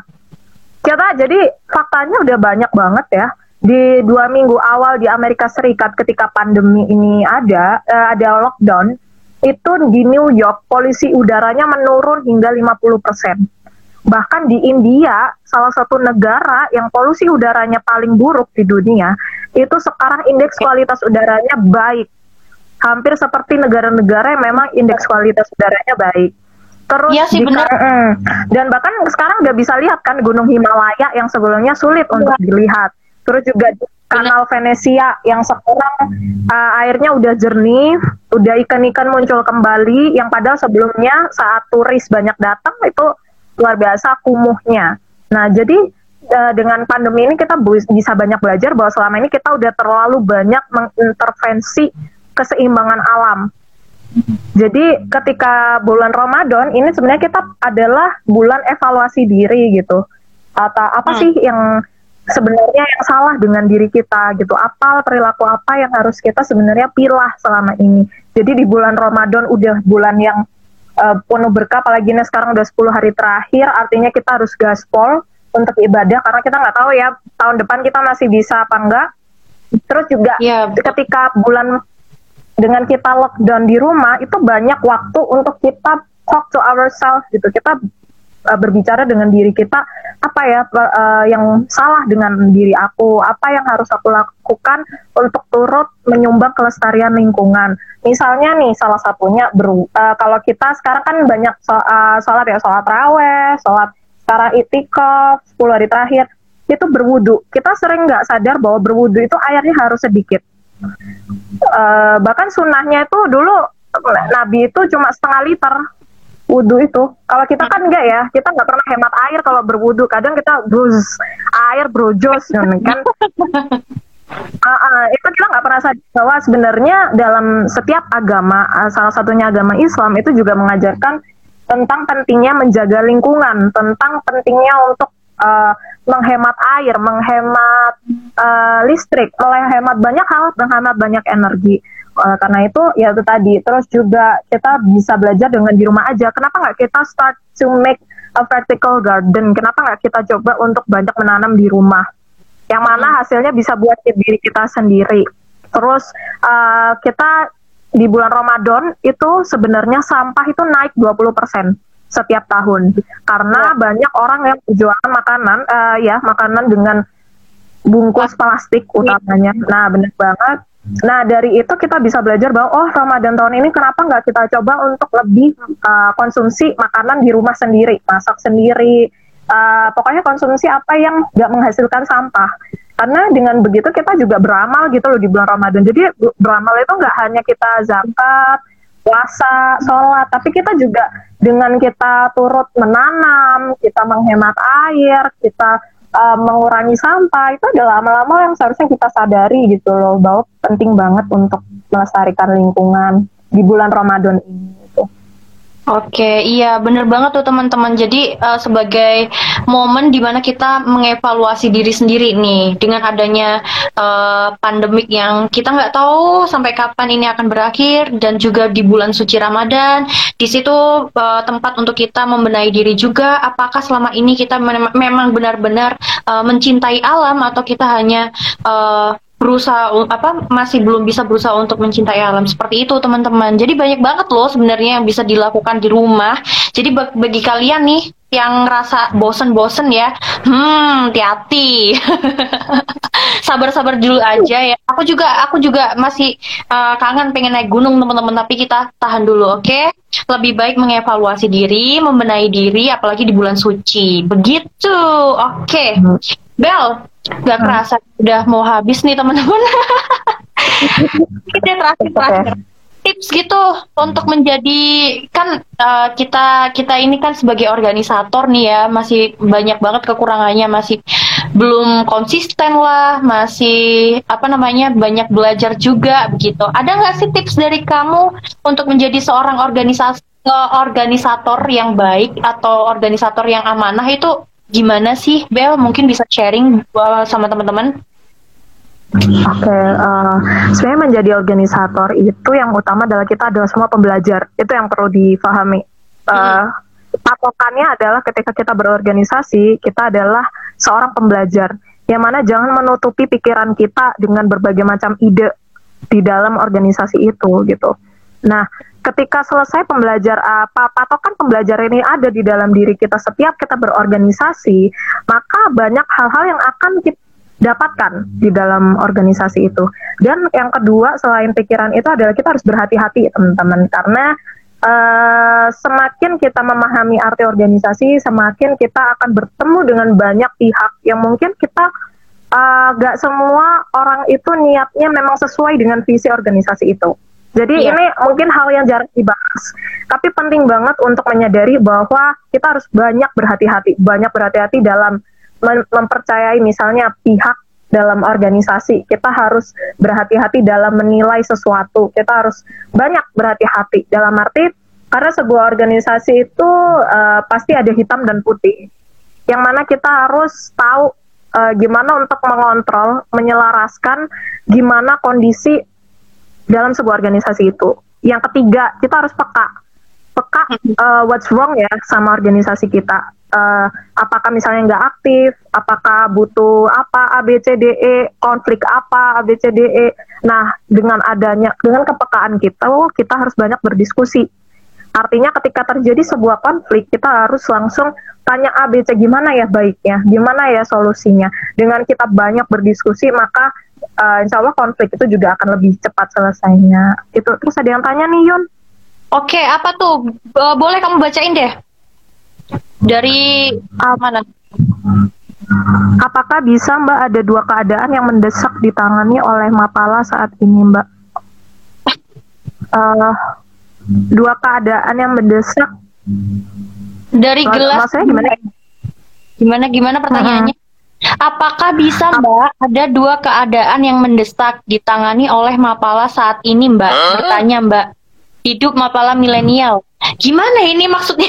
jadi faktanya udah banyak banget ya. Di 2 minggu awal di Amerika Serikat ketika pandemi ini ada lockdown, itu di New York polusi udaranya menurun hingga 50%. Bahkan di India, salah satu negara yang polusi udaranya paling buruk di dunia, itu sekarang indeks kualitas udaranya baik. Hampir seperti negara-negara yang memang indeks kualitas udaranya baik. Terus ya sih, benar. Dan bahkan sekarang udah bisa lihat kan Gunung Himalaya yang sebelumnya sulit untuk dilihat. Terus juga Kanal Venesia yang sekarang airnya udah jernih, udah ikan-ikan muncul kembali, yang padahal sebelumnya saat turis banyak datang itu luar biasa kumuhnya. Nah, jadi dengan pandemi ini kita bisa banyak belajar bahwa selama ini kita udah terlalu banyak mengintervensi keseimbangan alam. Jadi ketika bulan Ramadan ini sebenarnya kita adalah bulan evaluasi diri gitu. Atau apa sih yang sebenarnya yang salah dengan diri kita gitu. Apa perilaku apa yang harus kita sebenarnya pilah selama ini. Jadi di bulan Ramadan udah bulan yang penuh berkah, apalagi ini sekarang udah 10 hari terakhir, artinya kita harus gaspol untuk ibadah, karena kita nggak tahu ya tahun depan kita masih bisa apa enggak. Terus juga ketika bulan dengan kita lockdown di rumah, itu banyak waktu untuk kita talk to ourselves gitu, kita berbicara dengan diri kita, apa ya yang salah dengan diri aku, apa yang harus aku lakukan untuk turut menyumbang kelestarian lingkungan. Misalnya nih salah satunya kalau kita sekarang kan banyak sholat raweh, sholat sekarang itikaf 10 hari terakhir itu berwudu. Kita sering nggak sadar bahwa berwudu itu airnya harus sedikit. Bahkan sunnahnya itu dulu Nabi itu cuma setengah liter wudu itu. Kalau kita kan enggak ya, kita nggak pernah hemat air kalau berwudu. Kadang kita air brojos kan. Itu kita nggak pernah sadar bahwa sebenarnya dalam setiap agama, salah satunya agama Islam itu juga mengajarkan tentang pentingnya menjaga lingkungan, tentang pentingnya untuk menghemat air, menghemat listrik, menghemat banyak hal, menghemat banyak energi. Karena itu ya itu tadi. Terus juga kita bisa belajar dengan di rumah aja. Kenapa nggak kita start to make a vertical garden? Kenapa nggak kita coba untuk banyak menanam di rumah? Yang mana hasilnya bisa buat diri kita sendiri. Terus kita di bulan Ramadan itu sebenarnya sampah itu naik 20% setiap tahun. Karena banyak orang yang berjualan makanan dengan bungkus plastik utamanya. Nah, benar banget. Nah, dari itu kita bisa belajar bahwa Ramadan tahun ini kenapa nggak kita coba untuk lebih konsumsi makanan di rumah sendiri, masak sendiri, pokoknya konsumsi apa yang nggak menghasilkan sampah. Karena dengan begitu kita juga beramal gitu loh di bulan Ramadan. Jadi beramal itu nggak hanya kita zakat, puasa, sholat, tapi kita juga dengan kita turut menanam, kita menghemat air, kita mengurangi sampah, itu adalah amal-amal yang seharusnya kita sadari gitu loh, bahwa penting banget untuk melestarikan lingkungan di bulan Ramadan ini gitu. Oke, iya bener banget tuh teman-teman. Jadi sebagai momen dimana kita mengevaluasi diri sendiri nih dengan adanya pandemik yang kita nggak tahu sampai kapan ini akan berakhir dan juga di bulan suci Ramadan, di situ tempat untuk kita membenahi diri juga. Apakah selama ini kita memang benar-benar mencintai alam atau kita hanya berusaha masih belum bisa berusaha untuk mencintai alam seperti itu teman-teman. Jadi banyak banget loh sebenarnya yang bisa dilakukan di rumah. Jadi bagi kalian nih yang ngerasa bosen-bosen ya, hati-hati. Sabar-sabar dulu aja ya. Aku juga masih kangen pengen naik gunung teman-teman, tapi kita tahan dulu, oke? Lebih baik mengevaluasi diri, membenahi diri, apalagi di bulan suci. Begitu, oke. Bel, gak kerasa udah mau habis nih teman-teman. Kita terakhir tips gitu untuk menjadi kan kita ini kan sebagai organisator nih ya, masih banyak banget kekurangannya, masih belum konsisten lah, masih banyak belajar juga begitu. Ada nggak sih tips dari kamu untuk menjadi seorang organisator yang baik atau organisator yang amanah itu gimana sih, Bel? Mungkin bisa sharing sama teman-teman. Oke, sebenarnya menjadi organisator itu yang utama adalah kita adalah semua pembelajar. Itu yang perlu difahami. Patokannya adalah ketika kita berorganisasi, kita adalah seorang pembelajar. Yang mana jangan menutupi pikiran kita dengan berbagai macam ide di dalam organisasi itu, gitu. Nah, ketika selesai pembelajar patokan pembelajar ini ada di dalam diri kita setiap kita berorganisasi, maka banyak hal-hal yang akan kita dapatkan di dalam organisasi itu. Dan yang kedua selain pikiran itu adalah kita harus berhati-hati teman-teman, karena semakin kita memahami arti organisasi, semakin kita akan bertemu dengan banyak pihak yang mungkin kita gak semua orang itu niatnya memang sesuai dengan visi organisasi itu. Jadi ini mungkin hal yang jarang dibahas, tapi penting banget untuk menyadari bahwa kita harus banyak berhati-hati dalam mempercayai misalnya pihak dalam organisasi. Kita harus berhati-hati dalam menilai sesuatu. Kita harus banyak berhati-hati dalam arti karena sebuah organisasi itu pasti ada hitam dan putih. Yang mana kita harus tahu gimana untuk mengontrol, menyelaraskan gimana kondisi dalam sebuah organisasi itu. Yang ketiga, kita harus peka what's wrong ya sama organisasi kita. Apakah misalnya nggak aktif, apakah butuh apa, ABCDE, konflik apa, ABCDE. Nah, dengan kepekaan kita harus banyak berdiskusi. Artinya ketika terjadi sebuah konflik, kita harus langsung tanya ABC gimana ya baiknya, gimana ya solusinya. Dengan kita banyak berdiskusi, maka insya Allah konflik itu juga akan lebih cepat selesainya. Itu. Terus ada yang tanya nih Yun. Oke, apa tuh? Boleh kamu bacain deh. Dari mana? Apakah bisa Mbak ada dua keadaan yang mendesak ditangani oleh Mapala saat ini Mbak? Dua keadaan yang mendesak. Dari gelas. Maksudnya gimana? Gimana pertanyaannya? Apakah bisa Mbak ada dua keadaan yang mendesak ditangani oleh Mapala saat ini Mbak? Bertanya Mbak. Hidup Mapala milenial. Gimana ini maksudnya?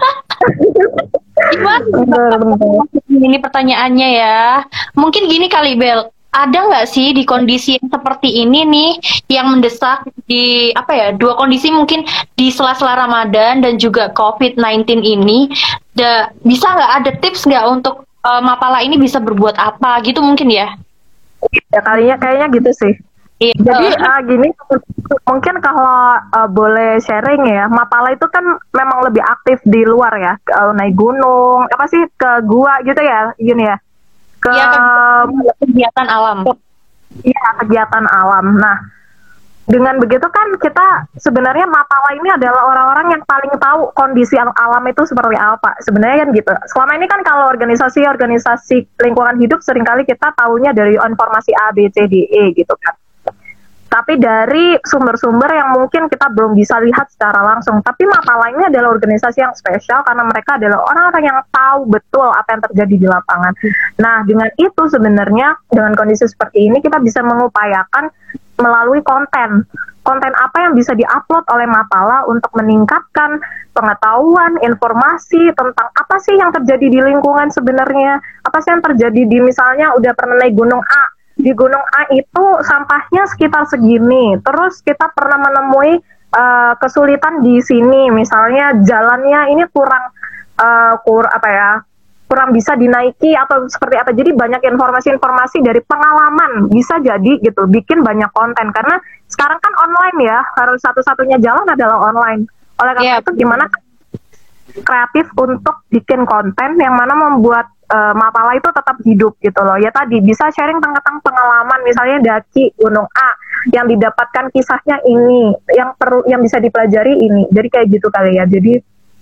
Gimana? Ini pertanyaannya ya. Mungkin gini kali Bel. Ada nggak sih di kondisi yang seperti ini nih yang mendesak di dua kondisi mungkin di sela-sela Ramadan dan juga COVID-19 ini, bisa nggak ada tips nggak untuk Mapala ini bisa berbuat apa gitu mungkin ya? Ya kayaknya gitu sih. Iya. Jadi gini, mungkin kalau boleh sharing ya, Mapala itu kan memang lebih aktif di luar ya, naik gunung, ke gua gitu ya, Yun ya? Kegiatan alam. Iya, kegiatan alam. Nah, dengan begitu kan kita sebenarnya Mapala ini adalah orang-orang yang paling tahu kondisi alam itu seperti apa. Sebenarnya kan gitu. Selama ini kan kalau organisasi lingkungan hidup seringkali kita tahunya dari informasi A, B, C, D, E gitu kan. Tapi dari sumber-sumber yang mungkin kita belum bisa lihat secara langsung. Tapi Mapala ini adalah organisasi yang spesial karena mereka adalah orang-orang yang tahu betul apa yang terjadi di lapangan. Nah, dengan itu sebenarnya dengan kondisi seperti ini kita bisa mengupayakan melalui konten. konten apa yang bisa diupload oleh Mapala untuk meningkatkan pengetahuan, informasi tentang apa sih yang terjadi di lingkungan sebenarnya, apa sih yang terjadi di misalnya udah pernah naik gunung A, di gunung A itu sampahnya sekitar segini, terus kita pernah menemui kesulitan di sini, misalnya jalannya ini kurang kurang bisa dinaiki atau seperti apa. Jadi banyak informasi-informasi dari pengalaman bisa jadi gitu, bikin banyak konten karena sekarang kan online ya, harus satu-satunya jalan adalah online. Oleh karena itu gimana kreatif untuk bikin konten yang mana membuat Mapala itu tetap hidup gitu loh. Ya tadi bisa sharing tentang pengalaman, misalnya daki gunung A yang didapatkan kisahnya ini, yang bisa dipelajari ini. Jadi kayak gitu kali ya. Jadi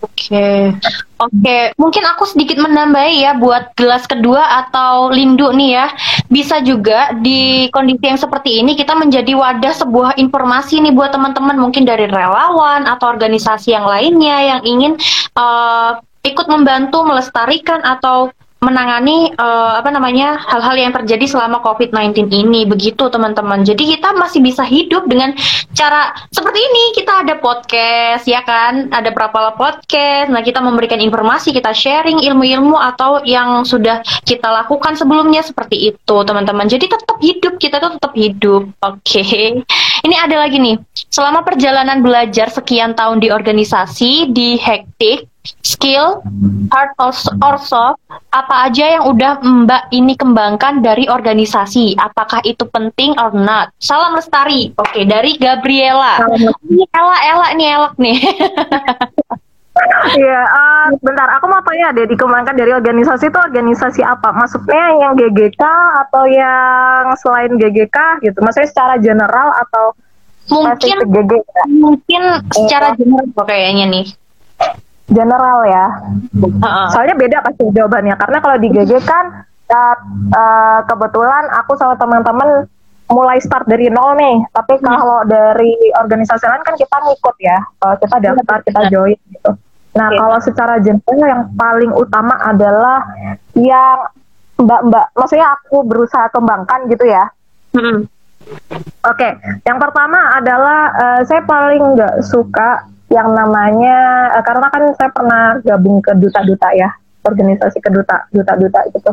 Oke, mungkin aku sedikit menambahi ya buat gelas kedua atau lindu nih ya. Bisa juga di kondisi yang seperti ini kita menjadi wadah sebuah informasi nih buat teman-teman mungkin dari relawan atau organisasi yang lainnya yang ingin ikut membantu melestarikan atau menangani hal-hal yang terjadi selama COVID-19 ini, begitu teman-teman. Jadi kita masih bisa hidup dengan cara seperti ini. Kita ada podcast, ya kan? Ada Prapala Podcast. Nah, kita memberikan informasi, kita sharing ilmu-ilmu atau yang sudah kita lakukan sebelumnya seperti itu, teman-teman. Jadi tetap hidup, kita tuh tetap hidup. Oke. Ini ada lagi nih. Selama perjalanan belajar sekian tahun di organisasi, di hektik, skill, hard or soft, apa aja yang udah Mbak ini kembangkan dari organisasi? Apakah itu penting or not? Salam lestari. Oke, dari Gabriela. Ini Ella nih. Iya, bentar, aku mau tanya deh, dikembangkan dari organisasi itu organisasi apa? Maksudnya yang GGK atau yang selain GGK gitu? Maksudnya secara general atau mungkin secara general kayaknya nih. General ya. Soalnya beda pasti jawabannya, karena kalau di GG kan kebetulan aku sama teman-teman mulai start dari nol nih. Tapi kalau dari organisasi lain kan kita ngikut ya, kita daftar, kita join gitu. Nah, kalau secara general yang paling utama adalah yang mbak-mbak, maksudnya aku berusaha kembangkan gitu ya. Oke, yang pertama adalah saya paling nggak suka yang namanya, karena kan saya pernah gabung ke duta-duta ya, organisasi ke duta-duta gitu.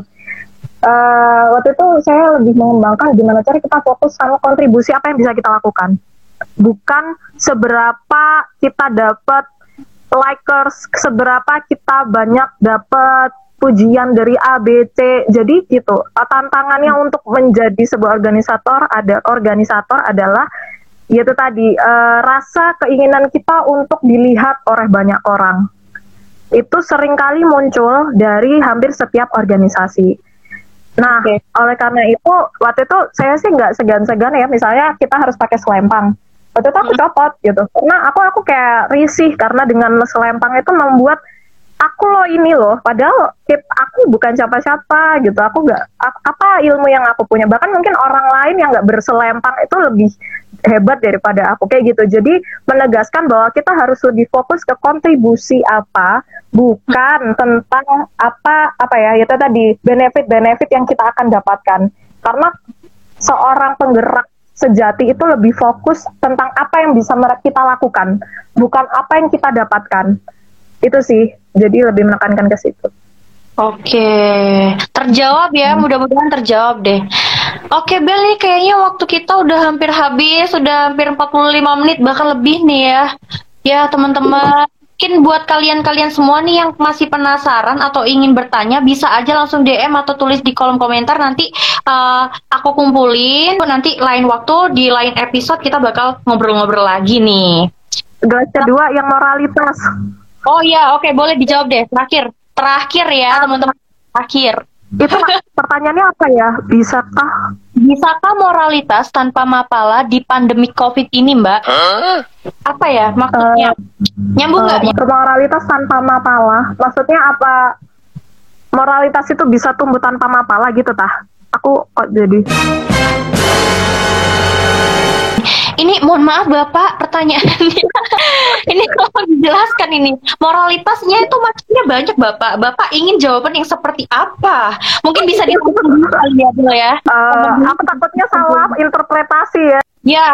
Waktu itu saya lebih mengembangkan gimana cara kita fokus sama kontribusi apa yang bisa kita lakukan, bukan seberapa kita dapat likers, seberapa kita banyak dapat pujian dari A, B, C. Jadi gitu, tantangannya untuk menjadi sebuah organisator adalah yaitu tadi rasa keinginan kita untuk dilihat oleh banyak orang. Itu seringkali muncul dari hampir setiap organisasi. Nah, oleh karena itu waktu itu saya sih nggak segan-segan ya, misalnya kita harus pakai selempang. Waktu itu aku copot gitu, karena aku kayak risih karena dengan selempang itu membuat aku padahal aku bukan siapa-siapa gitu, aku nggak apa ilmu yang aku punya, bahkan mungkin orang lain yang nggak berselempang itu lebih hebat daripada aku kayak gitu. Jadi menegaskan bahwa kita harus lebih fokus ke kontribusi apa, bukan tentang apa ya itu tadi benefit yang kita akan dapatkan. Karena seorang penggerak sejati itu lebih fokus tentang apa yang bisa kita lakukan, bukan apa yang kita dapatkan. Itu sih, jadi lebih menekankan ke situ. Oke, terjawab ya, mudah-mudahan terjawab deh. Oke Bel, nih kayaknya waktu kita udah hampir habis, sudah hampir 45 menit bahkan lebih nih ya. Ya teman-teman, mungkin buat kalian-kalian semua nih yang masih penasaran atau ingin bertanya, bisa aja langsung DM atau tulis di kolom komentar, nanti aku kumpulin, nanti lain waktu di lain episode kita bakal ngobrol-ngobrol lagi nih. Gelas kedua yang moralitas. Oh iya, oke, boleh dijawab deh. Terakhir ya teman-teman. Terakhir. Itu pertanyaannya apa ya? Bisakah moralitas tanpa Mapala di pandemi COVID ini, Mbak? Apa ya maksudnya? Nyambung nggak? Moralitas tanpa Mapala, maksudnya apa? Moralitas itu bisa tumbuh tanpa Mapala gitu tah? Aku kok jadi. Ini mohon maaf Bapak, pertanyaannya ini tolong dijelaskan ini. Moralitasnya itu maksudnya banyak Bapak. Bapak ingin jawaban yang seperti apa? Mungkin bisa ditulis dulu kali ya. Aku takutnya salah interpretasi ya. Ya,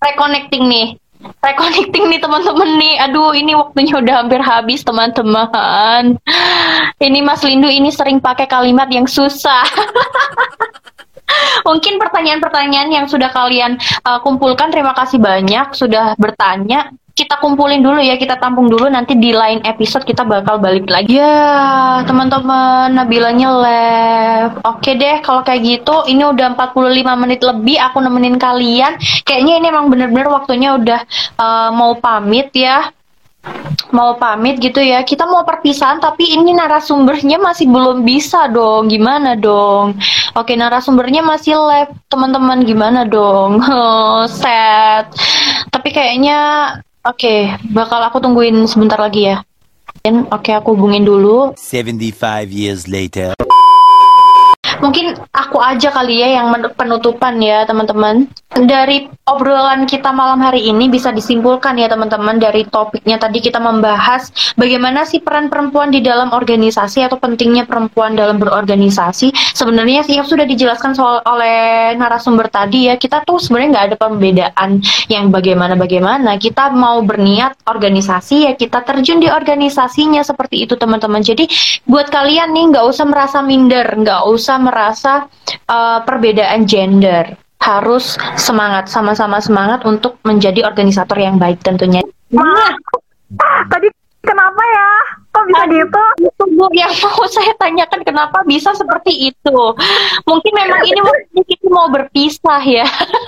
reconnecting nih. Reconnecting nih teman-teman nih. Aduh, ini waktunya udah hampir habis teman-teman. Ini Mas Lindu ini sering pakai kalimat yang susah. Mungkin pertanyaan-pertanyaan yang sudah kalian kumpulkan, terima kasih banyak sudah bertanya. Kita kumpulin dulu ya, kita tampung dulu, nanti di lain episode kita bakal balik lagi. Ya, teman-teman, Nabilanya live. Oke deh, kalau kayak gitu, ini udah 45 menit lebih aku nemenin kalian. Kayaknya ini emang bener-bener waktunya udah mau pamit ya. Mau pamit gitu ya. Kita mau perpisahan, tapi ini narasumbernya masih belum bisa dong. Gimana dong? Oke, narasumbernya masih live, teman-teman. Gimana dong? Sad. Tapi kayaknya oke, bakal aku tungguin sebentar lagi ya. Oke, aku hubungin dulu. 75 years later. Mungkin aku aja kali ya yang penutupan ya teman-teman. Dari obrolan kita malam hari ini bisa disimpulkan ya teman-teman, dari topiknya tadi kita membahas bagaimana sih peran perempuan di dalam organisasi atau pentingnya perempuan dalam berorganisasi. Sebenarnya sih yang sudah dijelaskan oleh narasumber tadi ya, kita tuh sebenarnya nggak ada perbedaan yang bagaimana-bagaimana. Kita mau berniat organisasi ya kita terjun di organisasinya seperti itu teman-teman. Jadi buat kalian nih nggak usah merasa minder, nggak usah merasa perbedaan gender. Harus semangat, sama-sama semangat untuk menjadi organisator yang baik tentunya. Tadi kenapa ya? Kok bisa gitu? Itu Bu yang mau saya tanyakan, kenapa bisa seperti itu? Mungkin memang ini kita mau berpisah ya.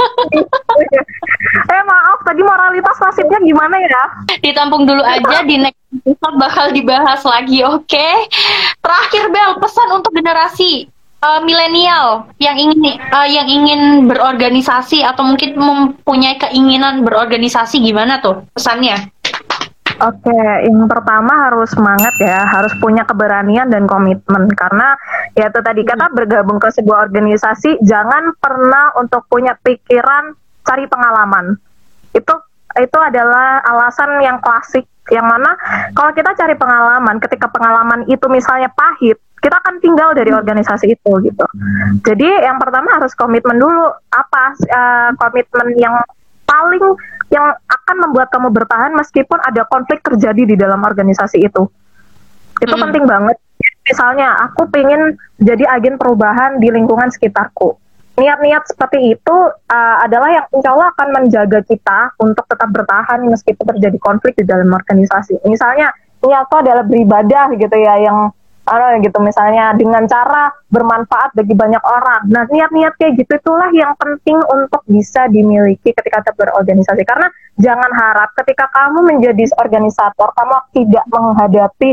Maaf, tadi moralitas wasitnya gimana ya? Ditampung dulu aja, di next episode bakal dibahas lagi, oke? Terakhir Bel, pesan untuk generasi milenial yang ingin berorganisasi atau mungkin mempunyai keinginan berorganisasi, gimana tuh pesannya? Oke, yang pertama harus semangat ya, harus punya keberanian dan komitmen, karena ya itu tadi kata bergabung ke sebuah organisasi, jangan pernah untuk punya pikiran cari pengalaman. Itu adalah alasan yang klasik, yang mana kalau kita cari pengalaman, ketika pengalaman itu misalnya pahit, kita akan tinggal dari organisasi itu gitu. Jadi yang pertama harus komitmen dulu. Apa komitmen yang paling yang akan membuat kamu bertahan meskipun ada konflik terjadi di dalam organisasi itu. Itu penting banget. Misalnya aku pengen jadi agen perubahan di lingkungan sekitarku. Niat-niat seperti itu adalah yang insya Allah akan menjaga kita untuk tetap bertahan meskipun terjadi konflik di dalam organisasi. Misalnya niatku adalah beribadah gitu ya, yang gitu misalnya dengan cara bermanfaat bagi banyak orang. Nah, niat-niat kayak gitu itulah yang penting untuk bisa dimiliki ketika kita berorganisasi. Karena jangan harap ketika kamu menjadi organisator, kamu tidak menghadapi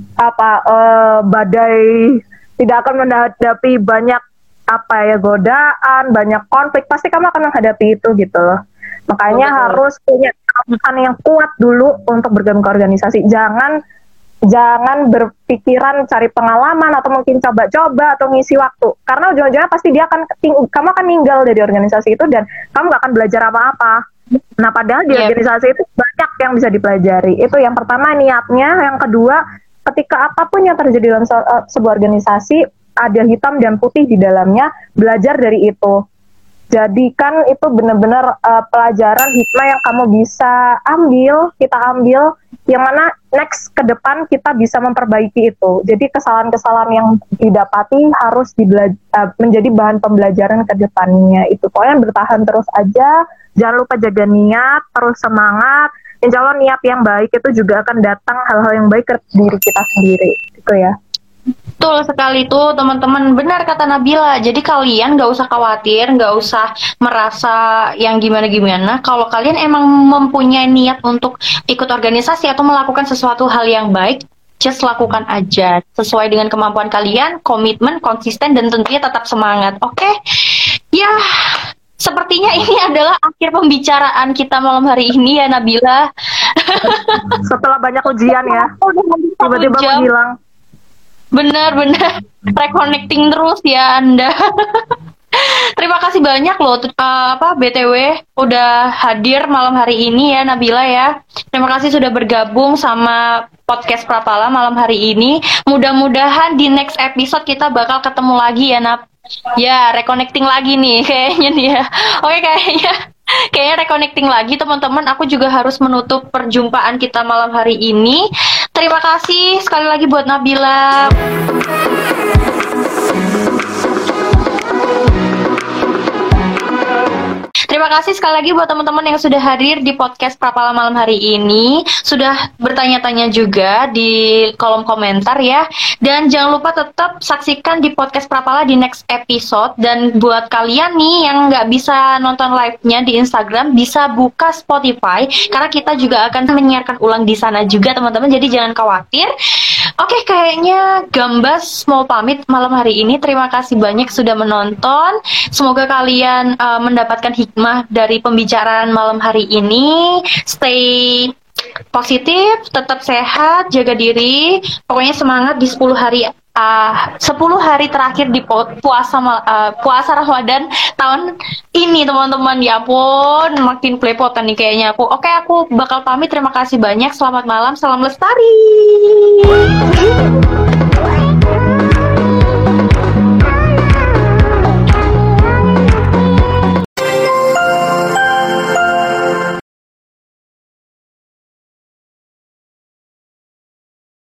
badai, tidak akan menghadapi banyak godaan, banyak konflik. Pasti kamu akan menghadapi itu gitu loh. Makanya harus punya kemampuan yang kuat dulu untuk bergabung ke organisasi. Jangan berpikiran cari pengalaman atau mungkin coba-coba atau ngisi waktu, karena ujung-ujungnya pasti kamu akan ninggal dari organisasi itu dan kamu gak akan belajar apa-apa. Nah, padahal di organisasi itu banyak yang bisa dipelajari. Itu yang pertama, niatnya. Yang kedua, ketika apapun yang terjadi dalam sebuah organisasi, ada hitam dan putih di dalamnya, belajar dari itu. Jadikan itu benar-benar pelajaran hikmah yang kamu bisa kita ambil, yang mana next ke depan kita bisa memperbaiki itu. Jadi kesalahan-kesalahan yang didapati harus menjadi bahan pembelajaran ke depannya. Itu pokoknya bertahan terus aja, jangan lupa jaga niat, terus semangat. Insya Allah niat yang baik itu juga akan datang hal-hal yang baik ke diri kita sendiri. Gitu ya. Betul sekali tuh teman-teman, benar kata Nabila. Jadi kalian gak usah khawatir, gak usah merasa yang gimana-gimana. Kalau kalian emang mempunyai niat untuk ikut organisasi atau melakukan sesuatu hal yang baik, just lakukan aja. Sesuai dengan kemampuan kalian, komitmen, konsisten, dan tentunya tetap semangat. Oke? Ya, sepertinya ini adalah akhir pembicaraan kita malam hari ini ya Nabila. Setelah banyak ujian ya, tiba-tiba menghilang. Benar, reconnecting terus ya Anda. Terima kasih banyak loh BTW udah hadir malam hari ini ya Nabila ya. Terima kasih sudah bergabung sama podcast Prapala malam hari ini. Mudah-mudahan di next episode kita bakal ketemu lagi ya Nab. Ya, reconnecting lagi nih kayaknya nih ya. Oke, kayaknya reconnecting lagi teman-teman. Aku juga harus menutup perjumpaan kita malam hari ini. Terima kasih sekali lagi buat Nabila. Terima kasih sekali lagi buat teman-teman yang sudah hadir di podcast Prapala malam hari ini. Sudah bertanya-tanya juga di kolom komentar ya. Dan jangan lupa tetap saksikan di podcast Prapala di next episode. Dan buat kalian nih yang nggak bisa nonton live-nya di Instagram, bisa buka Spotify. Karena kita juga akan menyiarkan ulang di sana juga teman-teman. Jadi jangan khawatir. Oke, kayaknya Gambas mau pamit malam hari ini. Terima kasih banyak sudah menonton. Semoga kalian mendapatkan hikmah dari pembicaraan malam hari ini. Stay positif, tetap sehat, jaga diri. Pokoknya semangat di 10 hari 10 hari terakhir di puasa Ramadan tahun ini teman-teman. Ya ampun, makin belepotan nih kayaknya aku. Oke, aku bakal pamit. Terima kasih banyak. Selamat malam, salam lestari.